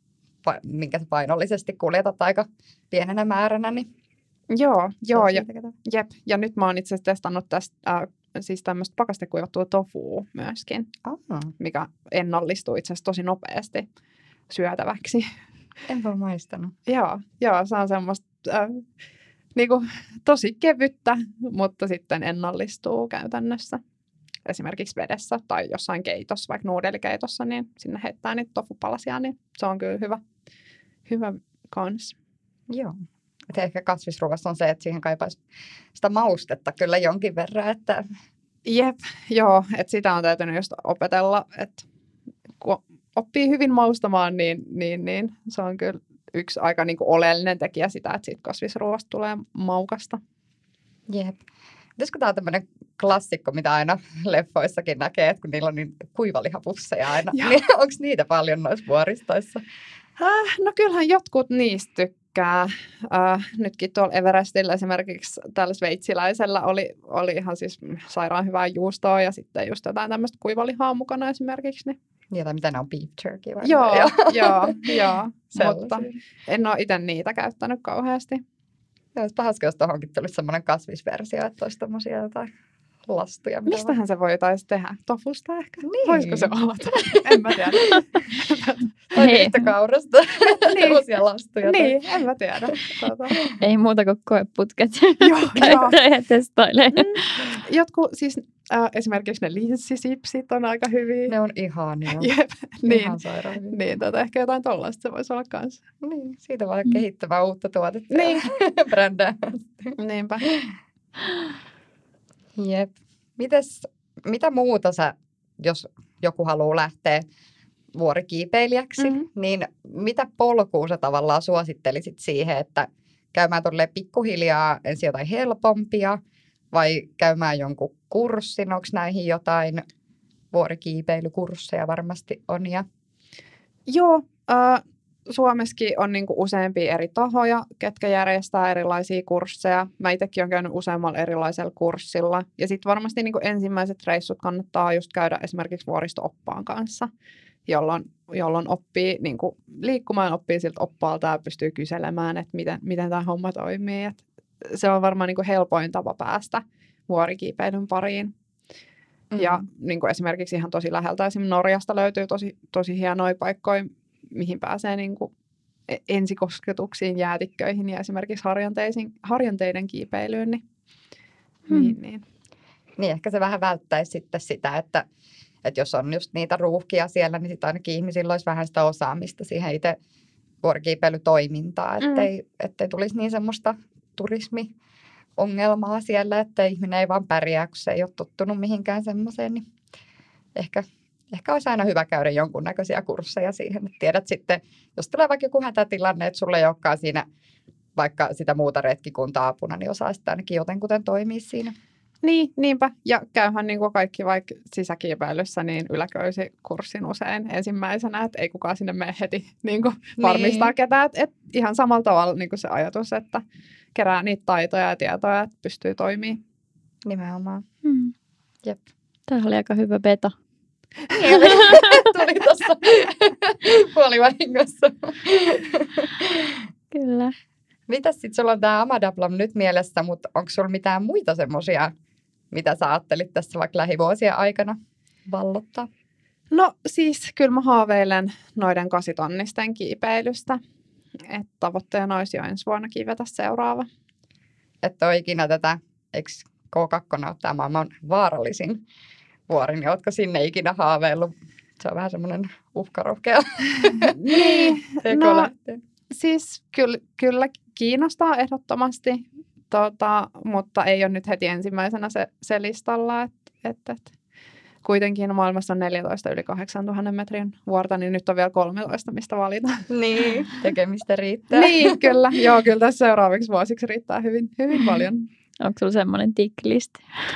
minkä se painollisesti kuljetat aika pienenä määränä. Niin joo, joo ja, jep. Ja nyt mä oon itse asiassa testannut tästä äh, siis tämmöistä pakastekuivattua tofua myöskin, Aha. mikä ennallistuu itse asiassa tosi nopeasti syötäväksi. En voi maistanut. joo, joo, se on semmoista äh, niinku, tosi kevyttä, mutta sitten ennallistuu käytännössä. Esimerkiksi vedessä tai jossain keitossa, vaikka nuudelikeitossa, niin sinne heittää niitä tofupalasia, niin se on kyllä hyvä, hyvä kans. Joo. Et ehkä kasvisruoassa on se, että siihen kaipaisi sitä maustetta kyllä jonkin verran. Että... Jep, joo, että sitä on täytynyt just opetella, että kun oppii hyvin maustamaan, niin, niin, niin se on kyllä yksi aika niin kuin oleellinen tekijä sitä, että siitä kasvisruoasta tulee maukasta. Jep. Pitäisikö tämä on tämmöinen klassikko, mitä aina leffoissakin näkee, että kun niillä on niin kuivalihapusseja aina, niin onko niitä paljon noissa vuoristoissa? Äh, no kyllähän jotkut niistä tykkää. Äh, nytkin tuolla Everestillä esimerkiksi tällä sveitsiläisellä oli, oli ihan siis sairaan hyvää juustoa ja sitten just jotain tämmöistä kuivalihaa mukana esimerkiksi. Niin. Ja tai mitä ne on, beef jerky vai? Joo, joo, joo. Mutta en ole itse niitä käyttänyt kauheasti. Olisi pahasko, jos tuohonkin tulisi semmoinen kasvisversio, että olisi tommosia jotain lastuja. Mistähän vai? Se voitaisiin tehdä? Tofusta ehkä? Niin. Voisiko se olla? En mä tiedä. Tai nyhtökaurasta. niin. Uusia lastuja. Niin, tai... en mä tiedä. Tuota. Ei muuta kuin koeputket. Joo, joo. Ja testailee. Mm, jotkut, siis äh, esimerkiksi ne linssisipsit on aika hyviä. Ne on ihania. Jep, niin. Ihan sairaan hyviä. Niin, tota, ehkä jotain tollaista se voisi olla kanssa. Niin, siitä voi mm. kehittävää uutta tuotetta. Niin. Brändää. Niinpä. Jep. Mites, mitä muuta sä, jos joku haluaa lähteä vuorikiipeilijäksi, mm-hmm. niin mitä polkua sä tavallaan suosittelisit siihen, että käymään tolleen pikkuhiljaa ensin jotain helpompia vai käymään jonkun kurssin? Onko näihin jotain vuorikiipeilykursseja varmasti on? Ja... Joo, äh, Suomessakin on niinku useampia eri tahoja, ketkä järjestää erilaisia kursseja. Mä itsekin olen käynyt useammalla erilaisella kurssilla. Ja sitten varmasti niinku ensimmäiset reissut kannattaa just käydä esimerkiksi vuoristo-oppaan kanssa, jolloin, jolloin oppii niinku liikkumaan, oppii siltä oppaalta ja pystyy kyselemään, että miten, miten tämä homma toimii. Et se on varmaan niinku helpoin tapa päästä vuorikiipeilyn pariin. Mm-hmm. Ja niinku esimerkiksi ihan tosi läheltä, esimerkiksi Norjasta löytyy tosi, tosi hienoja paikkoja, mihin pääsee niinku ensikosketuksiin, jäätikköihin ja esimerkiksi harjanteiden kiipeilyyn. Niin, hmm. niin, niin. niin ehkä se vähän välttäisi sitten sitä, että, että jos on just niitä ruuhkia siellä, niin sitten ainakin ihmisillä olisi vähän sitä osaamista siihen itse vuorikiipeilytoimintaan, ettei, mm. ettei tulisi niin semmoista turismiongelmaa siellä, että ihminen ei vaan pärjää, kun se ei ole tottunut mihinkään semmoiseen, niin ehkä... Ehkä olisi aina hyvä käydä jonkunnäköisiä kursseja siihen, että tiedät sitten, jos tulee vaikka joku hätätilanne, että sulla ei olekaan siinä vaikka sitä muuta retkikuntaa apuna, niin osaa sitten ainakin jotenkuten toimia siinä. Niin, niinpä. Ja käyhän niin kuin kaikki vaikka sisäkiipeilyssä niin yläköysi-kurssin usein ensimmäisenä, että ei kukaan sinne mene heti niin kuin varmistaa niin. ketään. Et ihan samalla tavalla niin kuin se ajatus, että kerää niitä taitoja ja tietoja, että pystyy toimimaan. Nimenomaan. Hmm. Jep. Tämä oli aika hyvä beta. Tuli tuossa puolivahingossa. Kyllä. Mitäs sitten sulla on tämä Amadablam nyt mielessä, mutta onko sulla mitään muita semmoisia, mitä sä ajattelit tässä vaikka lähivuosien aikana vallottaa? No siis kyllä mä haaveilen noiden kasitonnisten kiipeilystä. Että tavoitteena olisi jo ensi vuonna kiivetä seuraava. Että ole ikinä tätä, eikö K kaksi ole tämä maailman vaarallisin vuori, niin ootko sinne ikinä haaveillut? Se on vähän semmoinen uhkarohkea. Niin, no siis kyllä, kyllä kiinnostaa ehdottomasti, tota, mutta ei ole nyt heti ensimmäisenä se, se listalla, että et, et. Kuitenkin maailmassa on neljätoista yli kahdeksantuhatta metrin vuorta, niin nyt on vielä kolmetoista, mistä valita. Niin, tekemistä riittää. Niin, kyllä. Joo, kyllä tässä seuraaviksi vuosiksi riittää hyvin, hyvin paljon. Onko sulla semmoinen tick-list?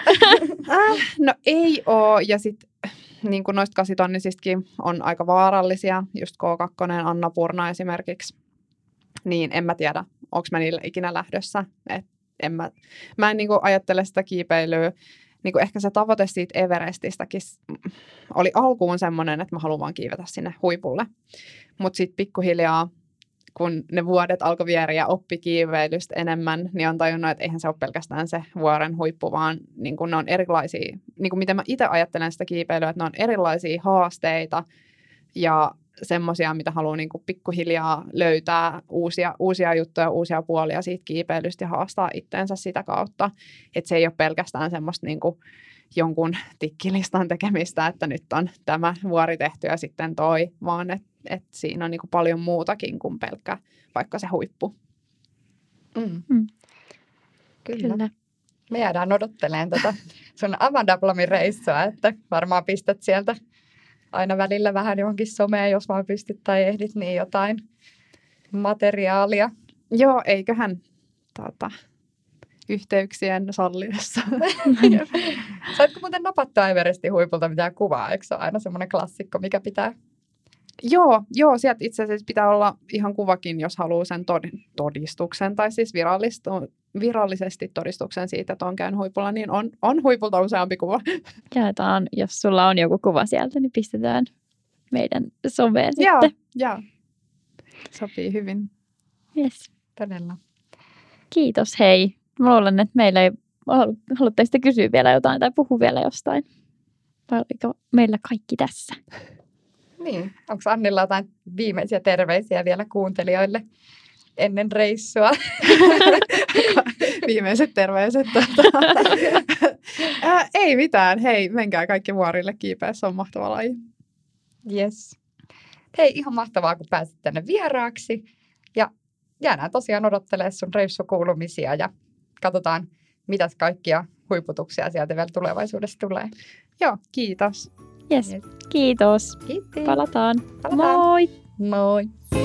äh, no ei ole. Ja sitten niin kuin noista kasitonnisistakin on aika vaarallisia. Just K kaksi, Annapurna esimerkiksi. Niin en mä tiedä, onko mä niille ikinä lähdössä. Et en mä, mä en niin kuin ajattele sitä kiipeilyä. Niin kuin ehkä se tavoite siitä Everestistäkin oli alkuun semmoinen, että mä haluan vaan kiivetä sinne huipulle. Mutta sitten pikkuhiljaa, kun ne vuodet alkoi viedä ja oppi kiiveilystä enemmän, niin on tajunnut, että eihän se ole pelkästään se vuoren huippu, vaan niin kuin ne on erilaisia, niin kuin miten mä itse ajattelen sitä kiipeilyä, että ne on erilaisia haasteita ja semmoisia, mitä haluaa niin kuin pikkuhiljaa löytää uusia, uusia juttuja, uusia puolia siitä kiipeilystä ja haastaa itteensä sitä kautta. Että se ei ole pelkästään semmoista niin kuin jonkun tikkilistan tekemistä, että nyt on tämä vuori tehty ja sitten toi, vaan että et siinä on niin kuin paljon muutakin kuin pelkkä vaikka se huippu. Mm. Mm. Kyllä. Kyllä. Me jäädään odottelemaan tätä sun Amadablamin reissua, että varmaan pistät sieltä aina välillä vähän johonkin someen, jos vaan pystyt tai ehdit, niin jotain materiaalia. Joo, eiköhän tota, yhteyksien salliessa. Saitko muuten napattua Everestin huipulta mitään kuvaa? Eikö se ole aina semmoinen klassikko, mikä pitää? Joo, joo, sieltä itse asiassa pitää olla ihan kuvakin, jos haluaa sen todistuksen, tai siis virallisesti todistuksen siitä, että on käynyt huipulla, niin on, on huipulta useampi kuva. Jaetaan, jos sulla on joku kuva sieltä, niin pistetään meidän someen joo, sitten. Joo, sopii hyvin. Yes. Todella. Kiitos, hei. Mä luulen, että meillä ei, haluatteko te kysyä vielä jotain tai puhua vielä jostain? Vai oliko meillä kaikki tässä? Niin, onko Annilla jotain viimeisiä terveisiä vielä kuuntelijoille ennen reissua? Viimeiset terveiset. Tuota. Ää, ei mitään, hei, menkää kaikki vuorille kiipeässä, on mahtava laji. Yes. Hei, ihan mahtavaa, kun pääsit tänne vieraaksi. Ja jäädään tosiaan odottelemaan sun reissukuulumisia ja katsotaan, mitäs kaikkia huiputuksia sieltä vielä tulevaisuudessa tulee. Joo, kiitos. Yes. Kiitos. Kiitti. Palataan. Palataan. Moi! Moi!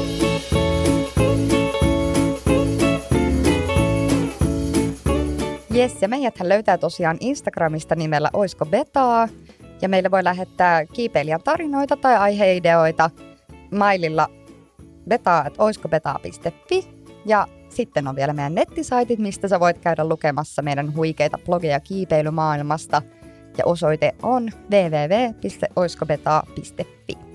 Jes, ja meidäthän löytää tosiaan Instagramista nimellä Oisko Betaa, ja meille voi lähettää kiipeilijän tarinoita tai aiheideoita maililla betaa at oiskobetaa piste fi, ja sitten on vielä meidän nettisaitit, mistä sä voit käydä lukemassa meidän huikeita blogeja kiipeilymaailmasta, ja osoite on double-u double-u double-u piste oiskobetaa piste fi.